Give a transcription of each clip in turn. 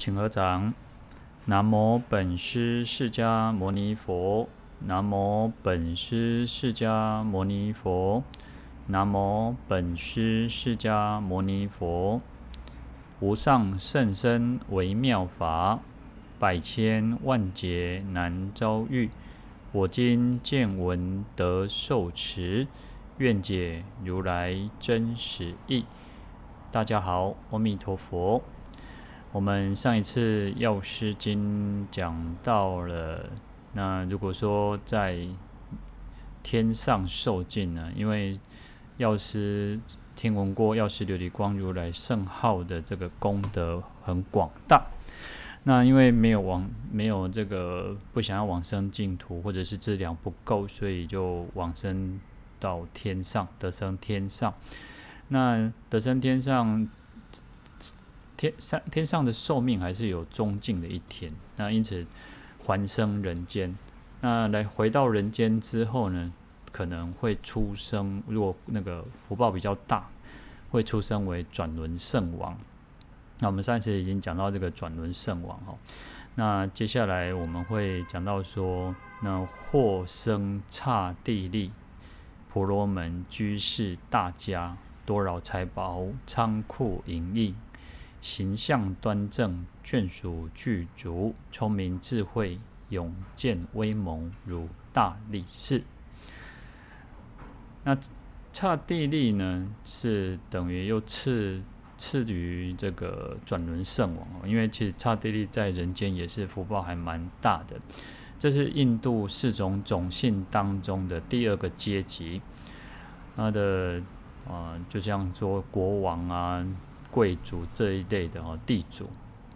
请合掌。南无本师释迦牟尼佛。南无本师释迦牟尼佛。南无本师释迦牟尼佛。无上甚深微妙法，百千万劫难遭遇。我今见闻得受持，愿解如来真实义。大家好，阿弥陀佛。我们上一次药师经讲到了，那如果说在天上受尽呢，因为药师听闻过药师琉璃光如来圣号的这个功德很广大，那因为没有这个不想要往生净土，或者是质量不够，所以就往生到天上，得生天上。那得生天上。天上的寿命还是有终尽的一天，那因此还生人间。那回到人间之后呢，可能会出生，如果那个福报比较大，会出生为转轮圣王。那我们上一次已经讲到这个转轮圣王哦，那接下来我们会讲到说，那或生刹帝利、婆罗门、居士、大家，多饶财宝，仓库盈溢。形象端正，眷属具足，聪明智慧，勇健威猛，如大力士。那刹帝利呢，是等于又次于这个转轮圣王，因为其实刹帝利在人间也是福报还蛮大的。这是印度4种种姓当中的第2个阶级，它的就像说国王啊、贵族这一类的地主。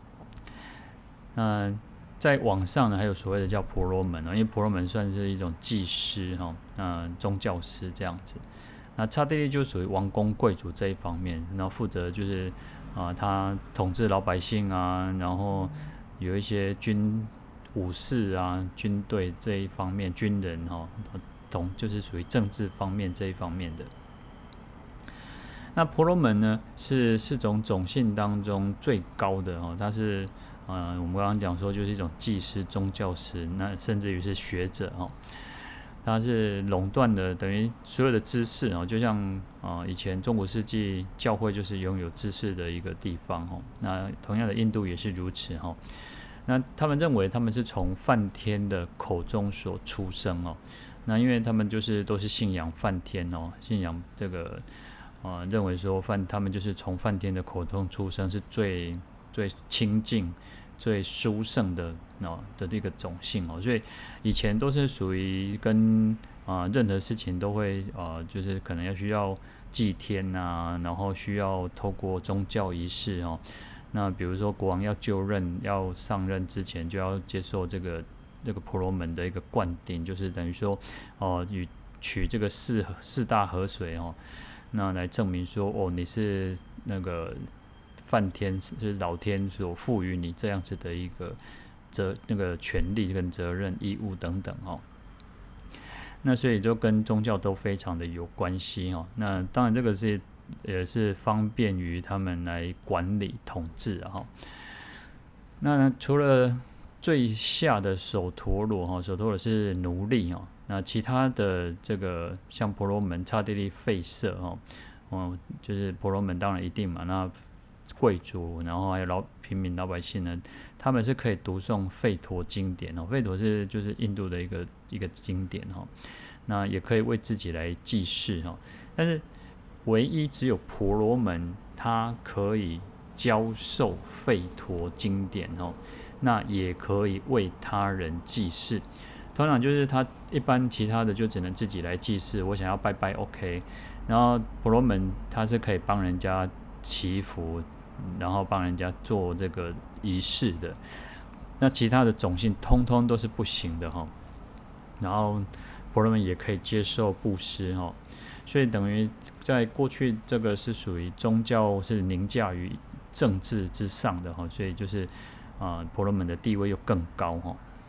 那在往上呢，还有所谓的叫婆罗门，因为婆罗门算是一种祭司宗教师这样子。那刹帝利就属于王公贵族这一方面，然后负责就是他统治老百姓啊，然后有一些武士啊、军队这一方面，军人就是属于政治方面这一方面的。那婆罗门呢，是4种种姓当中最高的它是我们刚刚讲说就是一种祭司、宗教师，那甚至于是学者它是垄断的等于所有的知识就像以前中古世纪教会就是拥有知识的一个地方那同样的印度也是如此那他们认为他们是从梵天的口中所出生那因为他们就是都是信仰梵天信仰这个认为说他们就是从梵天的口中出生，是最清净、最殊胜的这个种姓所以以前都是属于跟任何事情都会就是可能需要祭天啊，然后需要透过宗教仪式那比如说国王要就任、要上任之前，就要接受这个婆罗门的一个灌顶，就是等于说取这个四大河水那来证明说你是那个梵天，就是老天所赋予你这样子的一个那个权利跟责任、义务等等那所以就跟宗教都非常的有关系那当然这个也是方便于他们来管理统治那除了最下的首陀罗首陀罗是奴隶那其他的这个像婆罗门、刹帝利、吠舍就是婆罗门当然一定嘛，那贵族然后还有平民老百姓呢，他们是可以读诵吠陀经典吠陀就是印度的一个经典那也可以为自己来祭祀但是唯一只有婆罗门他可以教授吠陀经典那也可以为他人祭祀。通常就是他一般其他的就只能自己来祭祀，我想要拜拜 OK， 然后婆罗门他是可以帮人家祈福，然后帮人家做这个仪式的。那其他的种姓通通都是不行的然后婆罗门也可以接受布施所以等于在过去这个是属于宗教是凌驾于政治之上的所以就是婆罗门的地位又更高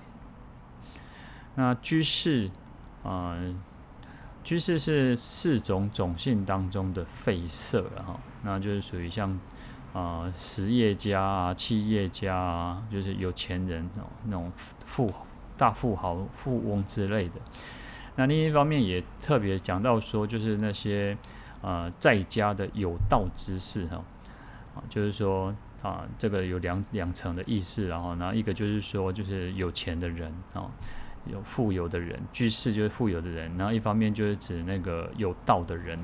那居士居士是4种种姓当中的吠舍那就是属于像实业家啊、企业家啊，就是有钱人那种大富豪、富翁之类的。那另一方面也特别讲到说，就是那些在家的有道之士就是说这个有两层的意思，然后一个就是说就是有钱的人有富有的人，居士就是富有的人，然后一方面就是指那个有道的人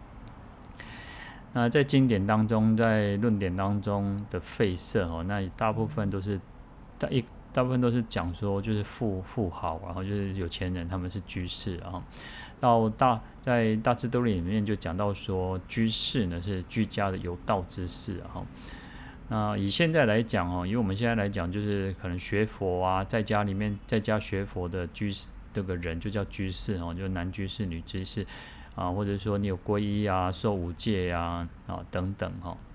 那在经典当中，在论点当中的费舍那大部分都是讲说就是富豪，然后就是有钱人，他们是居士在大智度论里面就讲到说，居士呢是居家的有道之士那以现在来讲以我们现在来讲，就是可能学佛啊，在家学佛的居士这个人就叫居士就是男居士、女居士或者说你有皈依啊、受五戒啊等等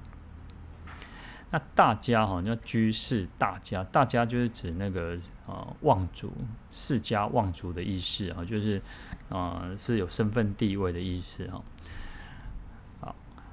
那大家叫居士大家，大家就是指那个望族、世家望族的意思就是是有身份地位的意思好，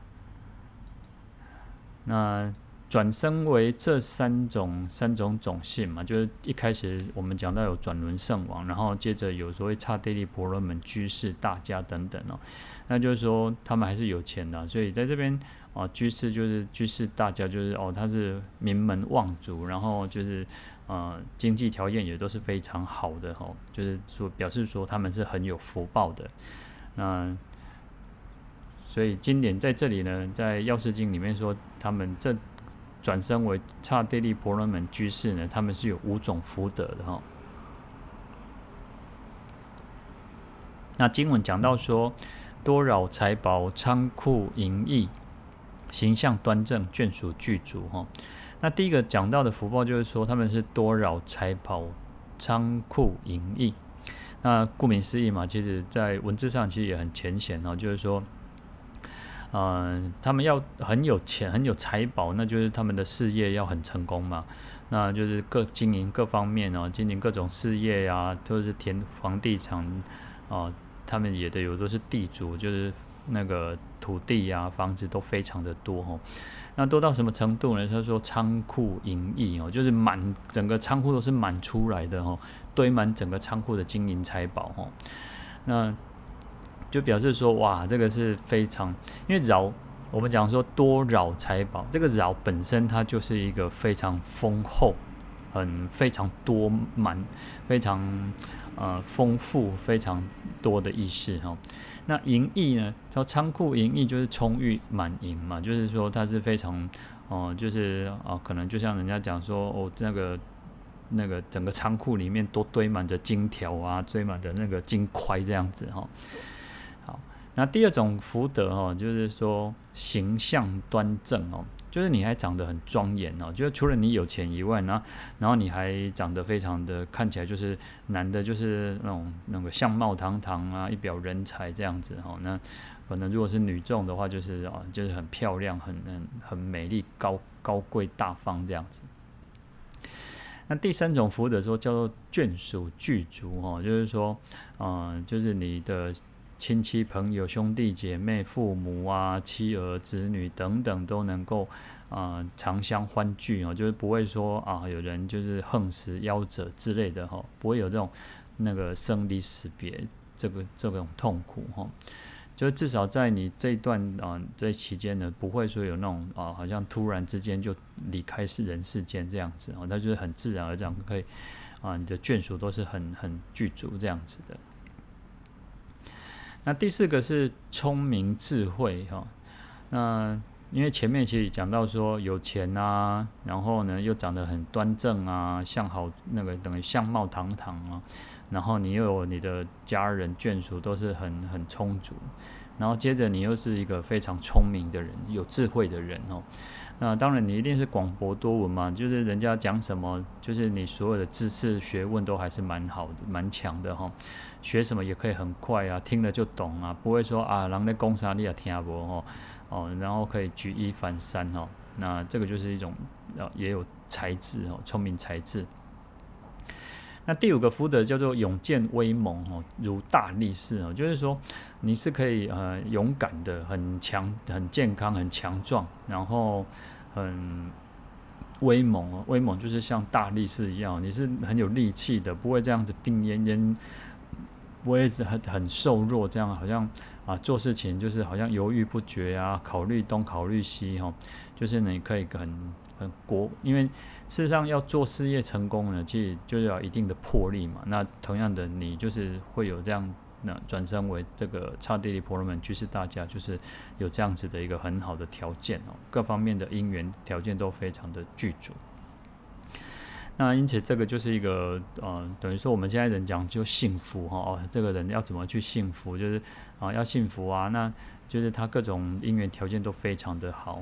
那转生为这三种种性嘛，就是一开始我们讲到有转轮圣王，然后接着有所谓刹帝利婆罗门、居士大家等等那就是说他们还是有钱的所以在这边居士就是居士大家，就是他是名门望族，然后就是经济条件也都是非常好的就是说表示说他们是很有福报的。那所以经典在这里呢，在药师经里面说，他们这转生为刹帝利婆罗门居士呢，他们是有5种福德的那经文讲到说，多扰财宝、仓库盈溢，形象端正，眷属具足那第一个讲到的福报就是说，他们是多扰财宝、仓库盈溢。那顾名思义嘛，其实在文字上其实也很浅显就是说他们要很有钱、很有财宝，那就是他们的事业要很成功嘛。那就是经营各方面经营各种事业都是房地产他们也有都是地主，就是那个土地房子都非常的多那多到什么程度呢？他说仓库盈溢就是整个仓库都是满出来的堆满整个仓库的金银财宝那就表示说哇，这个是非常，因为我们讲说多扰财宝，这个扰本身它就是一个非常丰厚、非常多满、非常丰富、非常多的意思那盈溢呢？叫仓库盈溢，就是充裕满盈嘛，就是说它是非常就是可能就像人家讲说那个整个仓库里面都堆满着金条堆满着那个金块这样子好，那第二种福德就是说形象端正就是你还长得很庄严就是除了你有钱以外然后你还长得非常的看起来就是男的就是那个相貌堂堂一表人才这样子那可能如果是女众的话就是很漂亮很美丽高贵大方这样子。那第三种福德说叫做眷属具足就是说就是你的亲戚朋友兄弟姐妹父母妻儿子女等等都能够常相欢聚就是不会说有人就是横死夭折之类的不会有这种那个生离死别这种痛苦就至少在你这一段这期间呢，不会说有那种好像突然之间就离开人世间这样子它就是很自然而然可以你的眷属都是很具足这样子的。那第四个是聪明智慧那因为前面其实讲到说有钱然后呢又长得很端正那个等于相貌堂堂然后你又有你的家人眷属都是很充足，然后接着你又是一个非常聪明的人、有智慧的人那当然你一定是广博多闻嘛，就是人家讲什么，就是你所有的知识学问都还是蛮好的、蛮强的学什么也可以很快听了就懂不会说人在讲啥你也听不然后可以举一反三那这个就是一种也有才智聪明才智。那第五个福德叫做勇健威猛如大力士就是说你是可以勇敢的、很强、很健康、很强壮，然后很威猛哦，威猛就是像大力士一样，你是很有力气的，不会这样子病恹恹，不会很瘦弱，这样好像做事情就是好像犹豫不决啊，考虑东考虑西就是你可以因为事实上要做事业成功呢，其实就要有一定的魄力嘛。那同样的，你就是会有这样。那转身为这个刹帝利婆罗门居士大家，就是有这样子的一个很好的条件各方面的因缘条件都非常的具足。那因此这个就是一个等于说我们现在人讲就幸福这个人要怎么去幸福，就是要幸福那就是他各种因缘条件都非常的好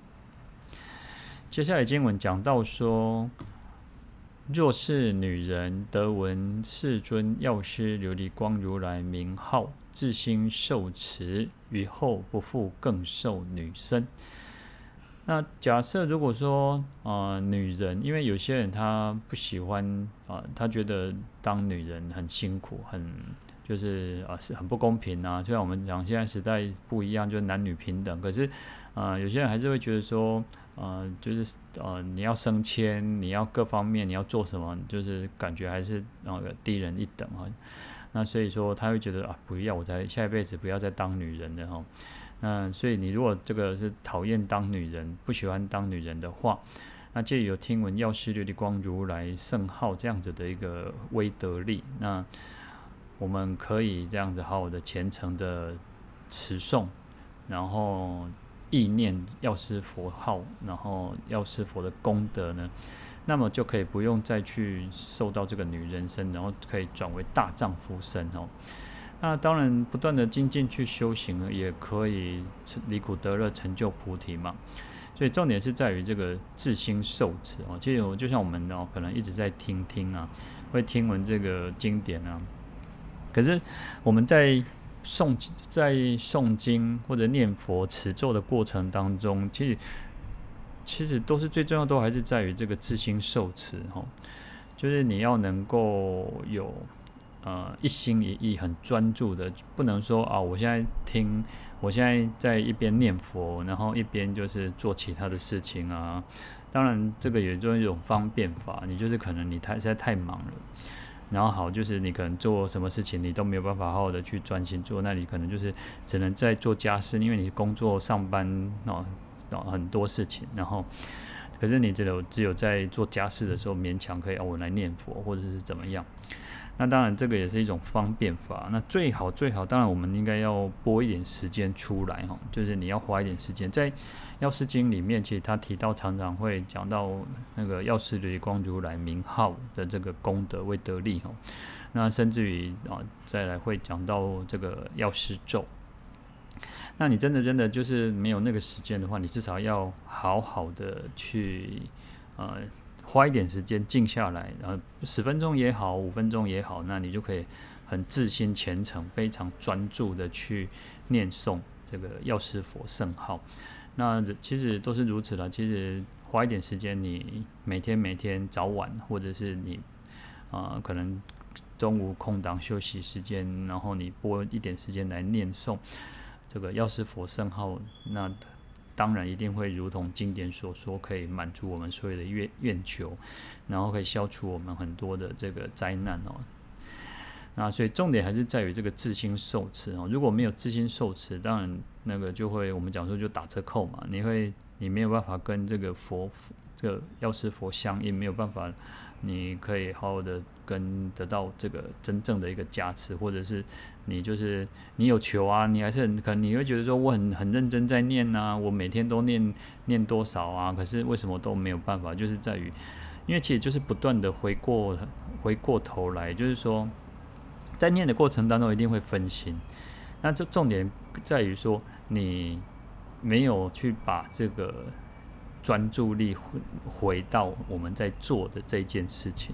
接下来经文讲到说。若是女人得闻世尊药师琉璃光如来名号，自心受持，于后不复更受女身。那假设如果说女人，因为有些人她不喜欢她觉得当女人很辛苦，就是是很不公平就像我们讲现在时代不一样，就是男女平等，可是有些人还是会觉得说就是你要升迁，你要各方面你要做什么，就是感觉还是低人一等那所以说他会觉得不要，我下一辈子不要再当女人了那所以你如果这个是讨厌当女人，不喜欢当女人的话，那借有听闻药师琉璃光如来圣号这样子的一个威德力，那我们可以这样子好好的虔诚的持诵，然后意念药师佛号，然后药师佛的功德呢，那么就可以不用再去受到这个女人身，然后可以转为大丈夫身那当然不断的精进去修行也可以离苦得乐，成就菩提嘛。所以重点是在于这个自心受持其实就像我们可能一直在听会听闻这个经典可是我们在诵经或者念佛持咒的过程当中，其实都是最重要，都还是在于这个自心受持就是你要能够有一心一意很专注的，不能说我现在在一边念佛，然后一边就是做其他的事情当然这个也就是一种方便法，你就是可能你实在太忙了，然后就是你可能做什么事情你都没有办法好好的去专心做，那你可能就是只能在做家事，因为你工作上班很多事情，然后可是你只有在做家事的时候勉强可以我来念佛或者是怎么样。那当然这个也是一种方便法，那最好当然我们应该要拨一点时间出来就是你要花一点时间。在药师经里面其实他提到常常会讲到那个药师琉璃光如来名号的这个功德威德力那甚至于再来会讲到这个药师咒。那你真的就是没有那个时间的话，你至少要好好的去花一点时间静下来，然后10分钟也好，5分钟也好，那你就可以很自心虔诚，非常专注的去念诵这个药师佛圣号。那其实都是如此啦，其实花一点时间，你每天早晚，或者是你可能中午空档休息时间，然后你拨一点时间来念诵这个药师佛圣号，那当然一定会如同经典所说，可以满足我们所有的愿求，然后可以消除我们很多的这个灾难那所以重点还是在于这个自心受持如果没有自心受持，当然那个就会我们讲说就打折扣嘛，你没有办法跟这个这个药师佛相应，没有办法，你可以好好的得到这个真正的一个加持，或者是你有求你还是可能你会觉得说我很认真在念我每天都念多少可是为什么都没有办法，就是在于因为其实就是不断的回过头来，就是说在念的过程当中一定会分心，那这重点在于说你没有去把这个专注力回到我们在做的这件事情。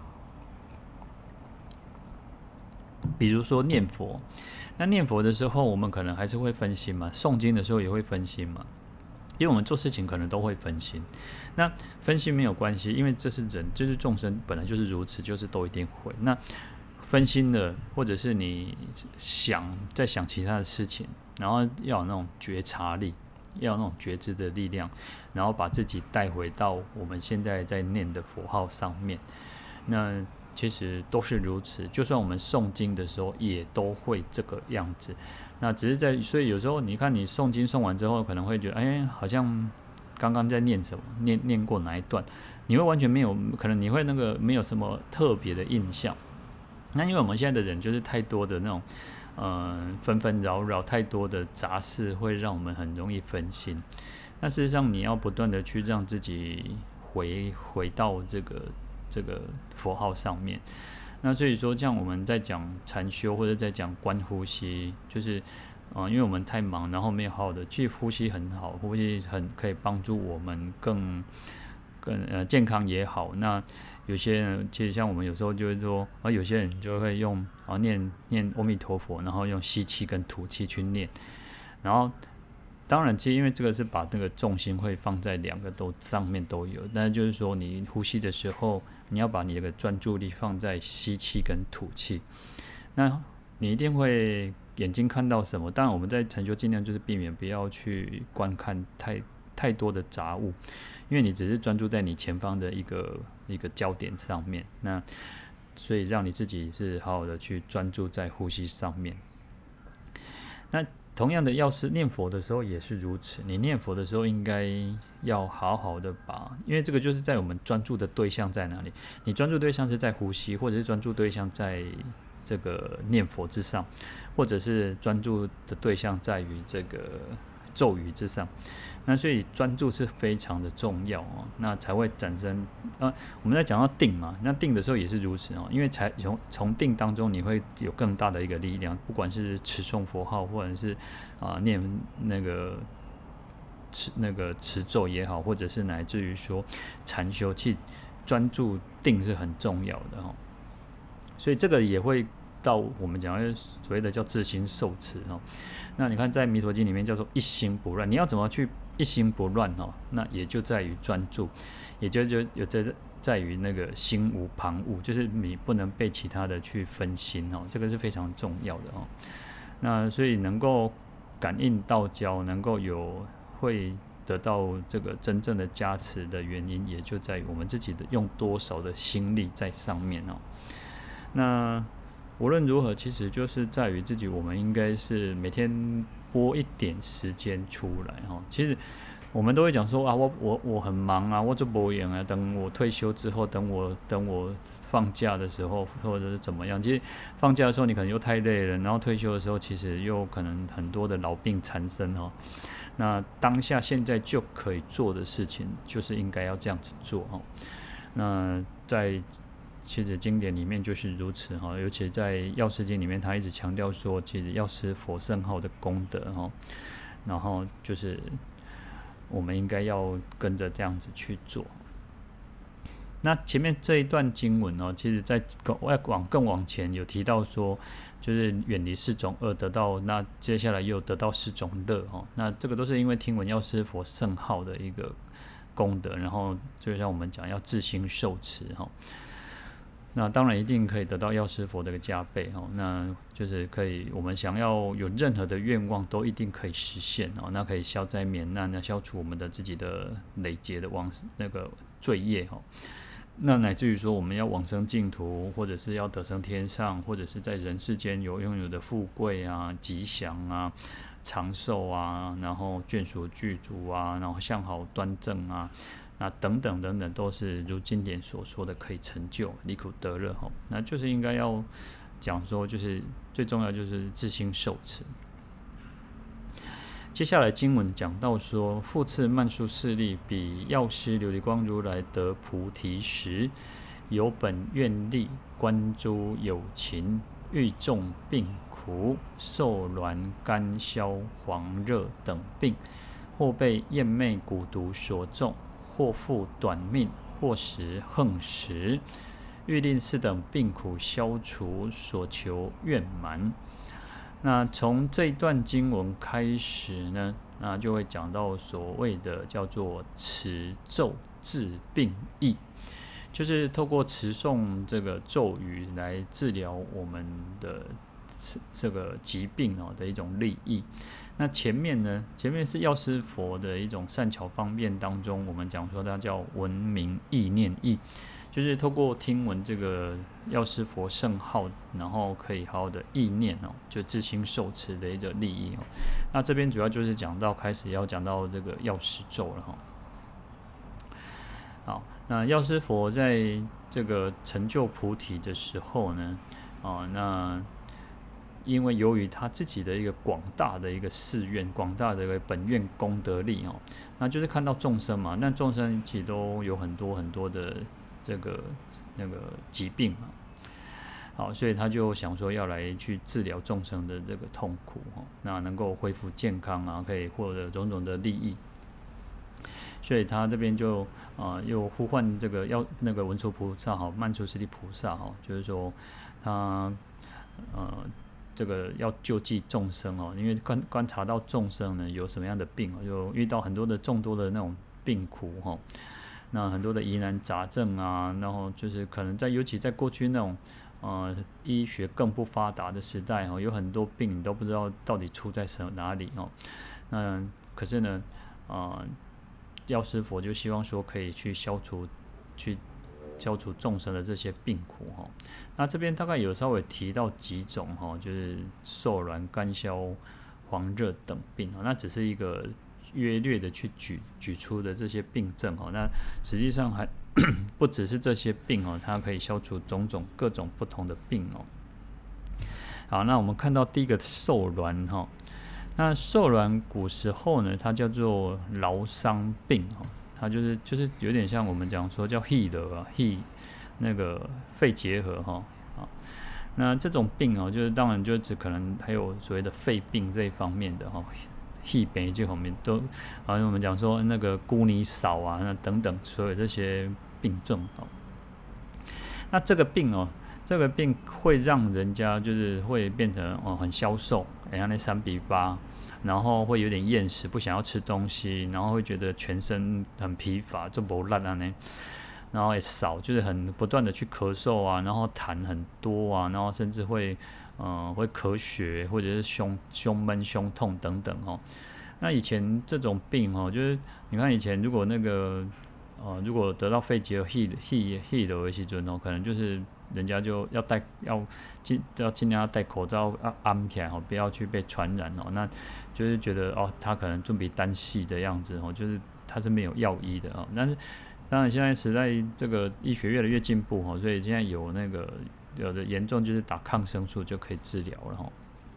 比如说念佛，那念佛的时候我们可能还是会分心嘛，诵经的时候也会分心嘛，因为我们做事情可能都会分心。那分心没有关系，因为这是人，就是众生本来就是如此，就是都一定会。那分心了，或者是你在想其他的事情，然后要有那种觉察力， 要有那种觉知的力量，然后把自己带回到我们现在在念的佛号上面。那其实都是如此，就算我们诵经的时候也都会这个样子。那只是所以有时候你看你诵经诵完之后，可能会觉得，好像刚刚在念什么，念过哪一段，你会完全没有，可能你会没有什么特别的印象。那因为我们现在的人就是太多的那种，纷纷扰扰，太多的杂事会让我们很容易分心。那事实上，你要不断的去让自己回到这个佛号上面。那所以说，像我们在讲禅修或者在讲观呼吸，就是因为我们太忙，然后没有好好的去呼吸很好，呼吸很可以帮助我们更健康也好。那有些人其实像我们有时候就会说，有些人就会用念阿弥陀佛，然后用吸气跟吐气去念，然后当然其实因为这个是把那个重心会放在两个上面都有，但是就是说你呼吸的时候，你要把你的专注力放在吸气跟吐气。那你一定会眼睛看到什么？当然我们在禅修尽量就是避免不要去观看太多的杂物，因为你只是专注在你前方的一个焦点上面。那所以让你自己是好好的去专注在呼吸上面。那同样的，要是念佛的时候也是如此。你念佛的时候应该要好好的因为这个就是在我们专注的对象在哪里。你专注对象是在呼吸，或者是专注对象在这个念佛之上，或者是专注的对象在于这个咒语之上。那所以专注是非常的重要那才会产生我们在讲到定嘛，那定的时候也是如此因为从定当中你会有更大的一个力量，不管是持诵佛号，或者是念那个持咒也好，或者是乃至于说禅修，去专注定是很重要的所以这个也会到我们讲的所谓的叫自心受持那你看在弥陀经里面叫做一心不乱，你要怎么去一心不乱那也就在于专注，也就有在于那个心无旁骛，就是你不能被其他的去分心这个是非常重要的那所以能够感应道交，能够会得到这个真正的加持的原因，也就在于我们自己的用多少的心力在上面那无论如何，其实就是在于自己，我们应该是每天拨一点时间出来其实我们都会讲说我很忙我就没闲等我退休之后，等我放假的时候，或者是怎么样。其实放假的时候你可能又太累了，然后退休的时候其实又可能很多的老病缠身那当下现在就可以做的事情，就是应该要这样子做那在其实经典里面就是如此尤其在药师经里面，他一直强调说，其实药师佛圣号的功德然后就是我们应该要跟着这样子去做。那前面这一段经文其实在更往前有提到说，就是远离四种恶，得到那接下来又得到四种乐那这个都是因为听闻药师佛圣号的一个功德，然后就像我们讲要自心受持那当然一定可以得到药师佛的加倍那就是可以，我们想要有任何的愿望都一定可以实现那可以消灾免难，那消除我们的自己的累劫的那个罪业那乃至于说我们要往生净土，或者是要得生天上，或者是在人世间拥有的富贵吉祥长寿然后眷属具足然后相好端正那等等等等，都是如经典所说的可以成就离苦得乐那就是应该要讲说，就是最重要就是自心受持。接下来经文讲到说，复次曼殊室利比药师琉璃光如来得菩提时，有本愿力观诸有情，欲众病苦，受挛干消黄热等病，或被厌魅蛊毒所中，或复短命，或时横时，欲令是等病苦消除，所求愿满。那从这一段经文开始呢，那就会讲到所谓的叫做持咒治病益，就是透过持诵这个咒语来治疗我们的这个疾病的一种利益。 那前面呢？前面是药师佛的一种善巧方便当中，我们讲说它叫闻名意念意，就是透过听闻这个药师佛圣号，然后可以好好的意念就自心受持的一个利益那这边主要就是开始要讲到这个药师咒了好，那药师佛在这个成就菩提的时候呢，那因为由于他自己的一个广大的一个誓愿、广大的一个本愿功德力那就是看到众生嘛，那众生其实都有很多很多的这个那个疾病嘛，好，所以他就想说要来去治疗众生的这个痛苦那能够恢复健康啊，可以获得种种的利益，所以他这边就又呼唤这个那个文殊菩萨曼殊室利菩萨就是说他这个要救济众生因为观察到众生呢有什么样的病就遇到很多的众多的那种病苦那很多的疑难杂症啊，然后就是可能尤其在过去那种医学更不发达的时代有很多病你都不知道到底出在哪里那可是呢药师佛就希望说可以去消除众生的这些病苦那这边大概有稍微提到几种就是瘦软、干消、黄热等病那只是一个约略的去举出的这些病症那实际上还不只是这些病它可以消除各种不同的病好，那我们看到第一个瘦软那瘦软古时候呢，它叫做劳伤病它就是有点像我们讲说叫肺癆那个肺结核那这种病就是当然就只可能还有所谓的肺病这一方面的肺病这方面都好像我们讲说那个孤尼少啊那等等所有这些病症那这个病会让人家就是会变成很消瘦，像那3:8，然后会有点厌食，不想要吃东西，然后会觉得全身很疲乏，就不烂啊呢，然后也少，就是很不断的去咳嗽啊，然后痰很多啊，然后甚至会咳血或者是胸闷、胸痛等等那以前这种病就是你看以前如果如果得到肺结核、肺癆的时候可能就是人家就要尽量要戴口罩安起来不要去被传染那就是觉得他可能准备单细的样子就是他是没有药医的但是当然现在时代这个医学越来越进步所以现在有的严重就是打抗生素就可以治疗了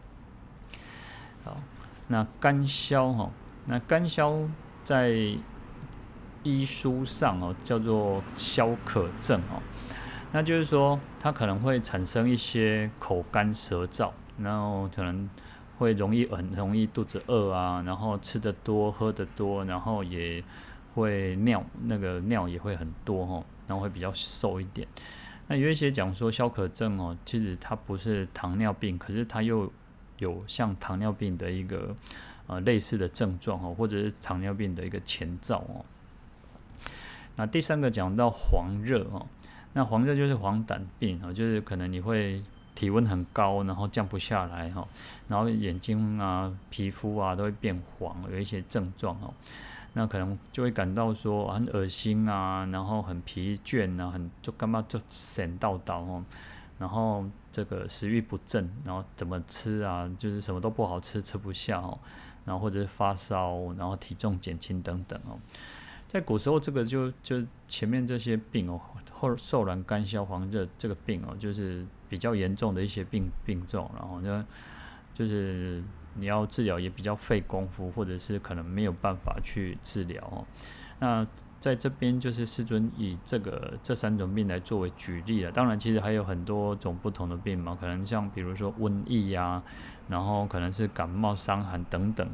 好，那干消那干消在医书上叫做消渴症那就是说它可能会产生一些口干舌燥，然后可能会很容易肚子饿啊，然后吃得多喝得多，然后也会尿也会很多然后会比较瘦一点。那有一些讲说消渴症其实它不是糖尿病，可是它又有像糖尿病的一个类似的症状或者是糖尿病的一个前兆那第三个讲到黄热那黄热就是黄疸病就是可能你会体温很高，然后降不下来然后眼睛啊、皮肤啊都会变黄，有一些症状那可能就会感到说很恶心啊，然后很疲倦啊，就干嘛就神叨叨然后这个食欲不振，然后怎么吃啊，就是什么都不好吃，吃不下然后或者是发烧，然后体重减轻等等在古时候这个就前面这些病瘦软、干消、黄热这个病就是比较严重的一些病症，然后呢就是你要治疗也比较费功夫，或者是可能没有办法去治疗那在这边就是师尊以这3种病来作为举例了，当然其实还有很多种不同的病嘛，可能像比如说瘟疫啊，然后可能是感冒、伤寒等等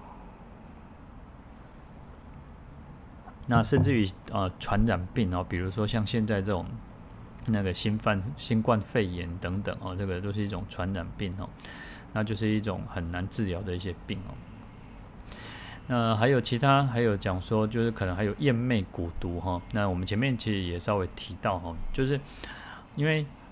那甚至于传染病比如说像现在这种那个新冠肺炎等等这个都是一种传染病那就是一种很难治疗的一些病那还有讲说就是可能还有厌魅蛊毒那我们前面其实也稍微提到就是因为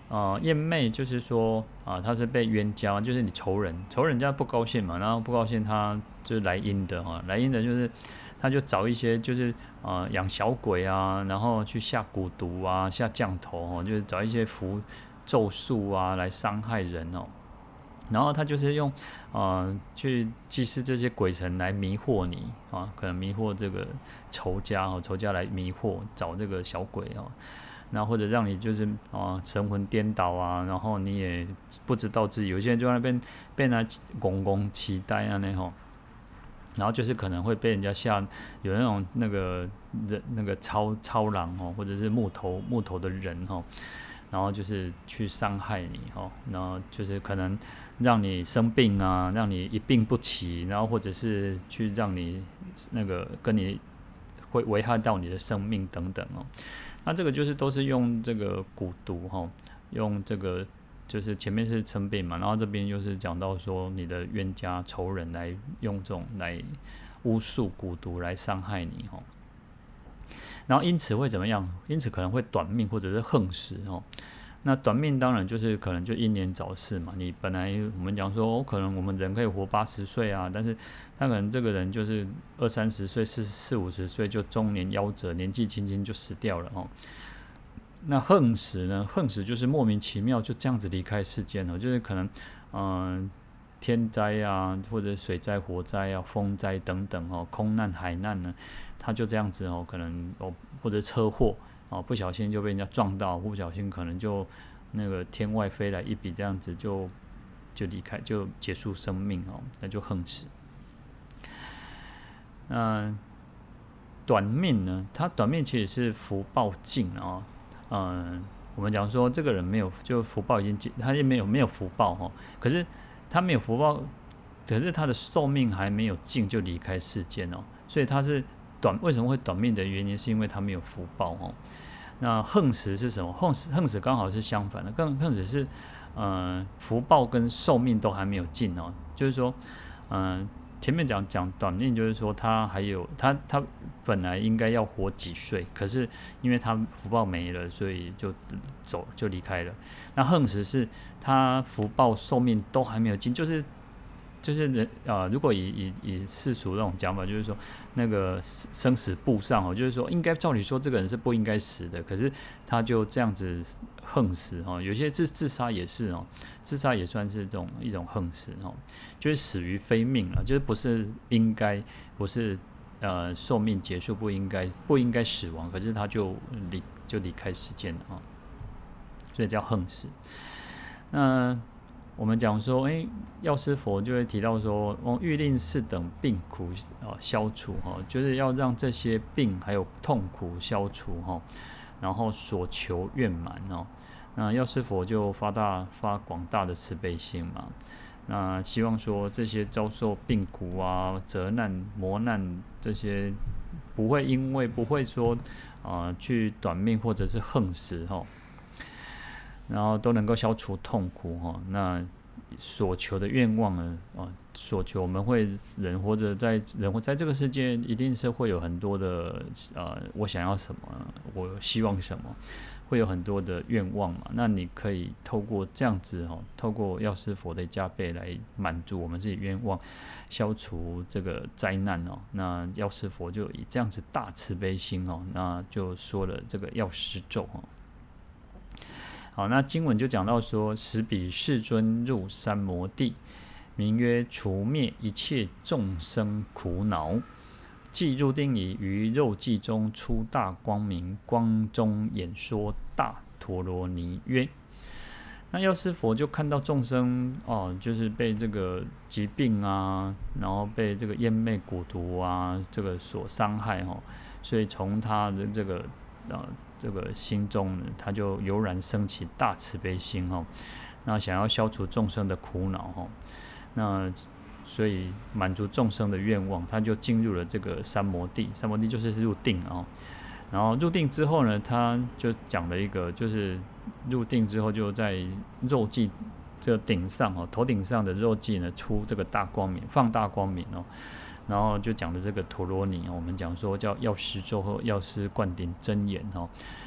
燕妹就是说他是被冤家，就是你仇人家不高兴嘛，然后不高兴他就是来阴的来阴的就是他就找一些就是养小鬼啊，然后去下蛊毒啊，下降头就是找一些符咒术啊来伤害人然后他就是用去祭祀这些鬼神来迷惑你可能迷惑这个仇家来迷惑找这个小鬼那或者让你就是神魂颠倒啊，然后你也不知道自己，有些人就在那边被他拱拱期待啊然后就是可能会被人家有那种那个超狼或者是木头的人然后就是去伤害你然后就是可能让你生病啊，让你一病不起，然后或者是去让你那个跟你会危害到你的生命等等那这个就是都是用这个蛊毒用这个就是前面是称病嘛，然后这边又是讲到说你的冤家仇人来用这种来巫术蛊毒来伤害你然后因此会怎么样？因此可能会短命或者是横死那短命当然就是可能就英年早逝嘛。你本来我们讲说可能我们人可以活80岁啊，但是他可能这个人就是20-30岁、40-50岁就中年夭折，年纪轻轻就死掉了那横死呢？横死就是莫名其妙就这样子离开世间就是可能天灾啊，或者水灾、火灾啊、风灾等等空难、海难呢，他就这样子可能或者车祸不小心就被人家撞到，不小心可能就那个天外飞来一笔，这样子就离开，就结束生命那就横死。那短命呢？他短命其实是福报尽我们讲说这个人没有，就福报已经尽，他也没有福报可是他没有福报，可是他的寿命还没有尽就离开世间所以他是为什么会短命的原因是因为他没有福报那横死是什么？横死刚好是相反的，横死是福报跟寿命都还没有尽就是说前面讲短命，就是说他还有他本来应该要活几岁，可是因为他福报没了，所以就离开了。那横死是他福报寿命都还没有尽，就是人如果以世俗那种讲法，就是说那个生死簿上就是说应该照理说这个人是不应该死的，可是他就这样子横死有些自杀也是自杀也算是一种横死就是死于非命了，就是不是应该，不是寿命结束不应该死亡，可是他就离开世间了所以叫横死。那我们讲说药师佛就会提到说欲令四等病苦消除就是要让这些病还有痛苦消除然后所求愿满那药师佛就发广大的慈悲心嘛，那希望说这些遭受病苦啊、责难、磨难这些不会说去短命或者是横死然后都能够消除痛苦那所求的愿望呢所求我们人活在这个世界，一定是会有很多的我想要什么，我希望什么，会有很多的愿望嘛。那你可以透过这样子透过药师佛的加倍来满足我们自己愿望，消除这个灾难那药师佛就以这样子大慈悲心那就说了这个药师咒好，那经文就讲到说，时彼世尊入三摩地，名曰除灭一切众生苦恼。既入定已，于肉髻中出大光明，光中演说大陀罗尼曰。那药师佛就看到众生就是被这个疾病啊，然后被这个厌魅蛊毒啊，这个所伤害所以从他的这个心中呢，他就油然升起大慈悲心那想要消除众生的苦恼那所以满足众生的愿望，他就进入了这个三摩地。三摩地就是入定然后入定之后呢，他就讲了一个，就是入定之后就在肉髻这个顶上头顶上的肉髻呢出这个大光明，放大光明然后就讲的这个陀罗尼我们讲说叫药师咒或药师灌顶真言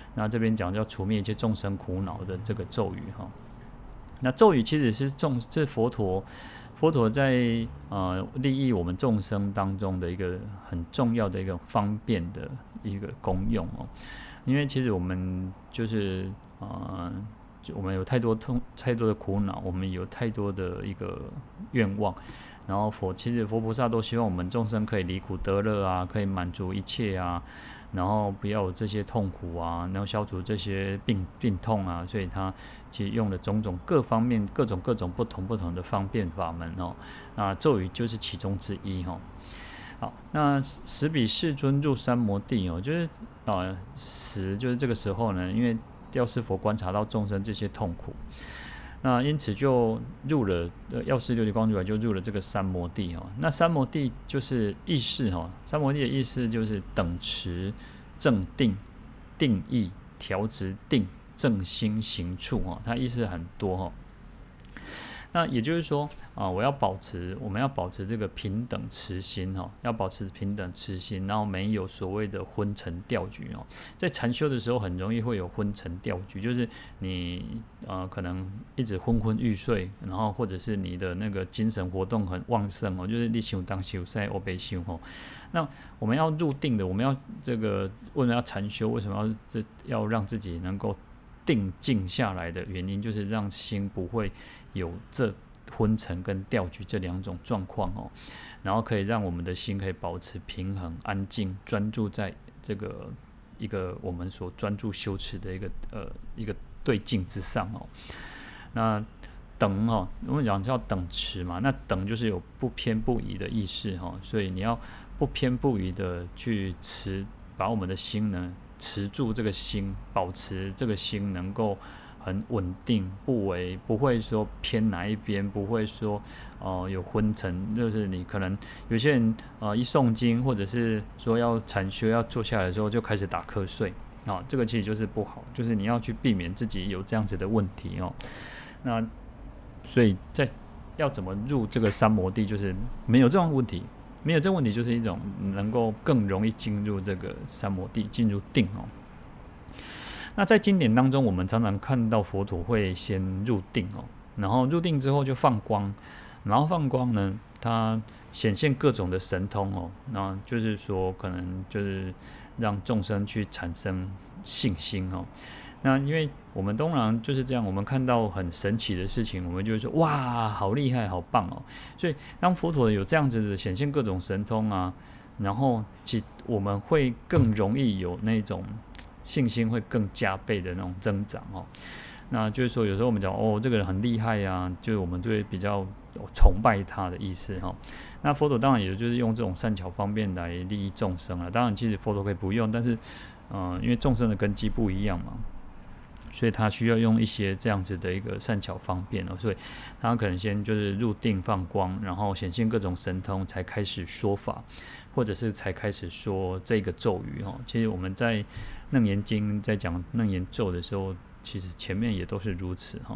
那这边讲叫除灭一切众生苦恼的这个咒语哈。那咒语其实是佛陀在利益我们众生当中的一个很重要的一个方便的一个功用哦。因为其实我们就是我们有太多的苦恼，我们有太多的一个愿望，然后其实佛菩萨都希望我们众生可以离苦得乐啊，可以满足一切啊，然后不要有这些痛苦啊，然后消除这些病痛啊，所以他其实用了种种各方面各种不同的方便法门哦。那咒语就是其中之一哦。好，那时彼世尊入三摩地哦，就是就是这个时候呢，因为药师佛观察到众生这些痛苦，那因此就入了药师琉璃光如来就入了这个三摩地哦。那三摩地就是意识哦，三摩地的意思就是等持、正定、定意、调直定、正心行处哦，它意思很多哦。那也就是说我们要保持这个平等持心哦，要保持平等持心，然后没有所谓的昏沉掉举哦。在禅修的时候，很容易会有昏沉掉举，就是你可能一直昏昏欲睡，然后或者是你的那个精神活动很旺盛哦，就是你想当修赛欧北修哦。那我们要入定的，我们要为什么要禅修？为什么要让自己能够定静下来的原因，就是让心不会有这昏沉跟掉举这两种状况哦，然后可以让我们的心可以保持平衡、安静、专注在这个一个我们所专注修持的一个对境之上哦。那等哦，我们讲叫等持嘛，那等就是有不偏不倚的意思哦，所以你要不偏不倚的去把我们的心呢持住这个心，保持这个心能够很稳定，不会说偏哪一边，不会说有昏沉，就是你可能有些人一诵经或者是说要禅修要坐下来的时候就开始打瞌睡这个其实就是不好，就是你要去避免自己有这样子的问题哦。那所以要怎么入这个三摩地，就是没有这种问题。没有这个问题，就是一种能够更容易进入这个三摩地，进入定哦。那在经典当中，我们常常看到佛陀会先入定哦，然后入定之后就放光，然后放光呢，它显现各种的神通哦，那就是说可能就是让众生去产生信心哦。那因为我们当然就是这样，我们看到很神奇的事情，我们就会说哇，好厉害，好棒哦。所以当佛陀有这样子的显现各种神通啊，然后我们会更容易有那种信心会更加倍的那种增长哦。那就是说有时候我们讲这个人很厉害啊，就是我们就会比较崇拜他的意思哦。那佛陀当然也就是用这种善巧方便来利益众生了。当然其实佛陀可以不用，但是因为众生的根基不一样嘛，所以他需要用一些这样子的一个善巧方便哦，所以他可能先就是入定放光，然后显现各种神通，才开始说法，或者是才开始说这个咒语哦。其实我们在楞严经在讲楞严咒的时候，其实前面也都是如此哈。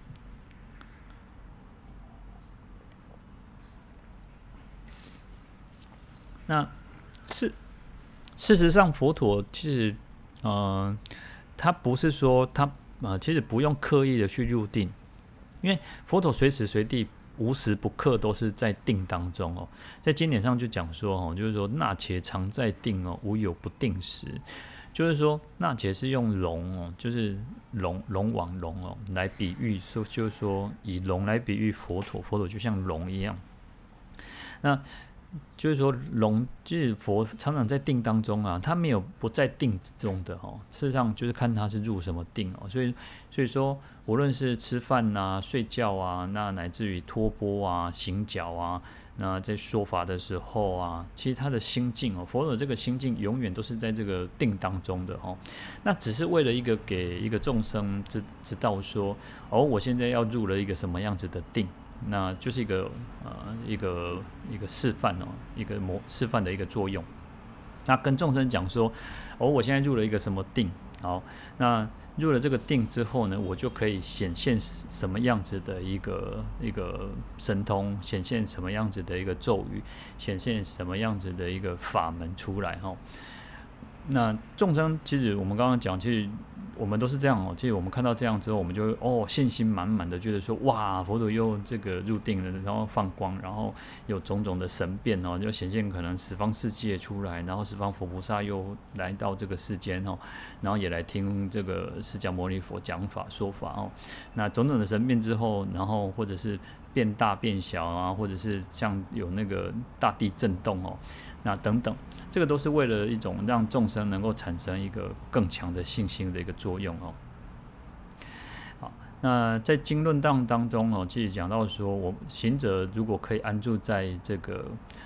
那事实上，佛陀其实他不是说其实不用刻意的去入定，因为佛陀随时随地无时不刻都是在定当中哦。在经典上就讲说就是说那且常在定哦，无有不定时。就是说那且是用龙哦，就是龙王龙哦来比喻，就是说以龙来比喻佛陀就像龙一样。那就是说龙就是佛常常在定当中啊，他没有不在定之中的哦。事实上就是看他是入什么定哦。所以说无论是吃饭啊、睡觉啊，那乃至于托钵啊、行脚啊，那在说法的时候啊，其实他的心境哦，佛陀这个心境永远都是在这个定当中的哦。那只是为了给一个众生知道说我现在要入了一个什么样子的定。那就是一个示范哦，一个示范的一个作用。那跟众生讲说，我现在入了一个什么定，好，那入了这个定之后呢，我就可以显现什么样子的一个神通，显现什么样子的一个咒语，显现什么样子的一个法门出来哈。 那众生其实我们刚刚讲，其实我们都是这样哦。其实我们看到这样之后，我们就会信心满满的觉得说，哇，佛陀又这个入定了，然后放光，然后有种种的神变哦，就显现可能十方世界出来，然后十方佛菩萨又来到这个世间哦，然后也来听这个释迦牟尼佛讲法说法哦。那种种的神变之后，然后或者是变大变小啊，或者是像有那个大地震动哦，那等等。这个都是为了一种让众生能够产生一个更强的信心的一个作用哦。好，那在经论当中哦，其实讲到说，我行者如果可以安住在这个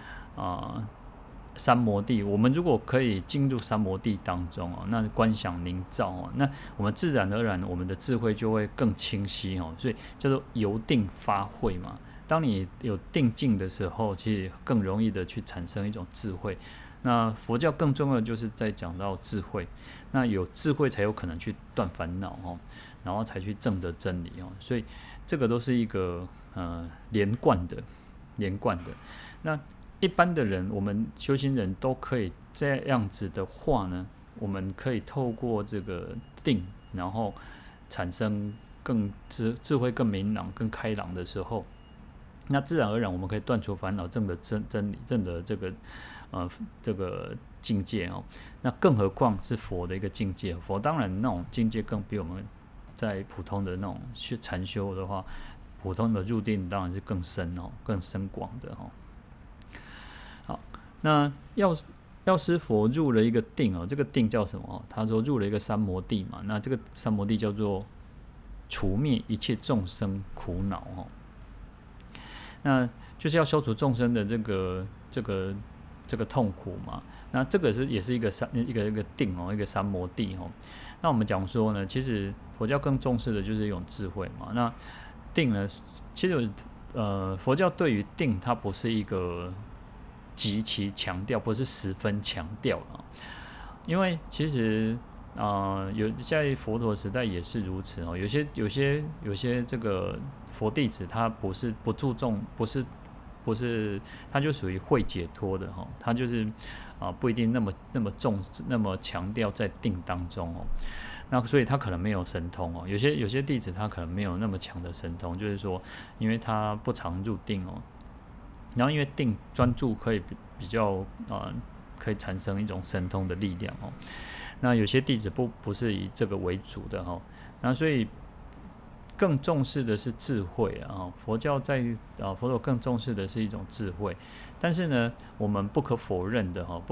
三摩地，我们如果可以进入三摩地当中哦，那观想凝照哦，那我们自然而然我们的智慧就会更清晰哦，所以叫做由定发慧嘛。当你有定境的时候，其实更容易的去产生一种智慧。那佛教更重要的就是在讲到智慧，那有智慧才有可能去断烦恼哦，然后才去证得真理哦，所以这个都是一个连贯的。那一般的人，我们修行人都可以这样子的话呢，我们可以透过这个定，然后产生更智慧更明朗、更开朗的时候，那自然而然我们可以断除烦恼，证得真理，证得这个境界哦，那更何况是佛的一个境界。佛当然那种境界更比我们在普通的那种禅修的话，普通的入定当然是更深哦，更深广的哦。好，那药师佛入了一个定哦，这个定叫什么？他说入了一个三摩地嘛，那这个三摩地叫做除灭一切众生苦恼哦，那就是要消除众生的这个痛苦嘛，那这个也是一个定哦，一个三摩地哦。那我们讲说呢，其实佛教更重视的就是一种智慧嘛。那定呢，其实佛教对于定它不是一个极其强调，不是十分强调了，因为其实在佛陀时代也是如此哦。有些这个佛弟子他不注重，不是，他就属于会解脱的哈，他就是不一定那么重视，那么强调在定当中哦。那所以他可能没有神通哦，有些弟子他可能没有那么强的神通，就是说，因为他不常入定哦，然后因为定专注可以比较可以产生一种神通的力量哦。那有些弟子不是以这个为主的哦，那所以更重视的是智慧啊，佛教佛陀更重视的是一种智慧，但是呢，我们不可否认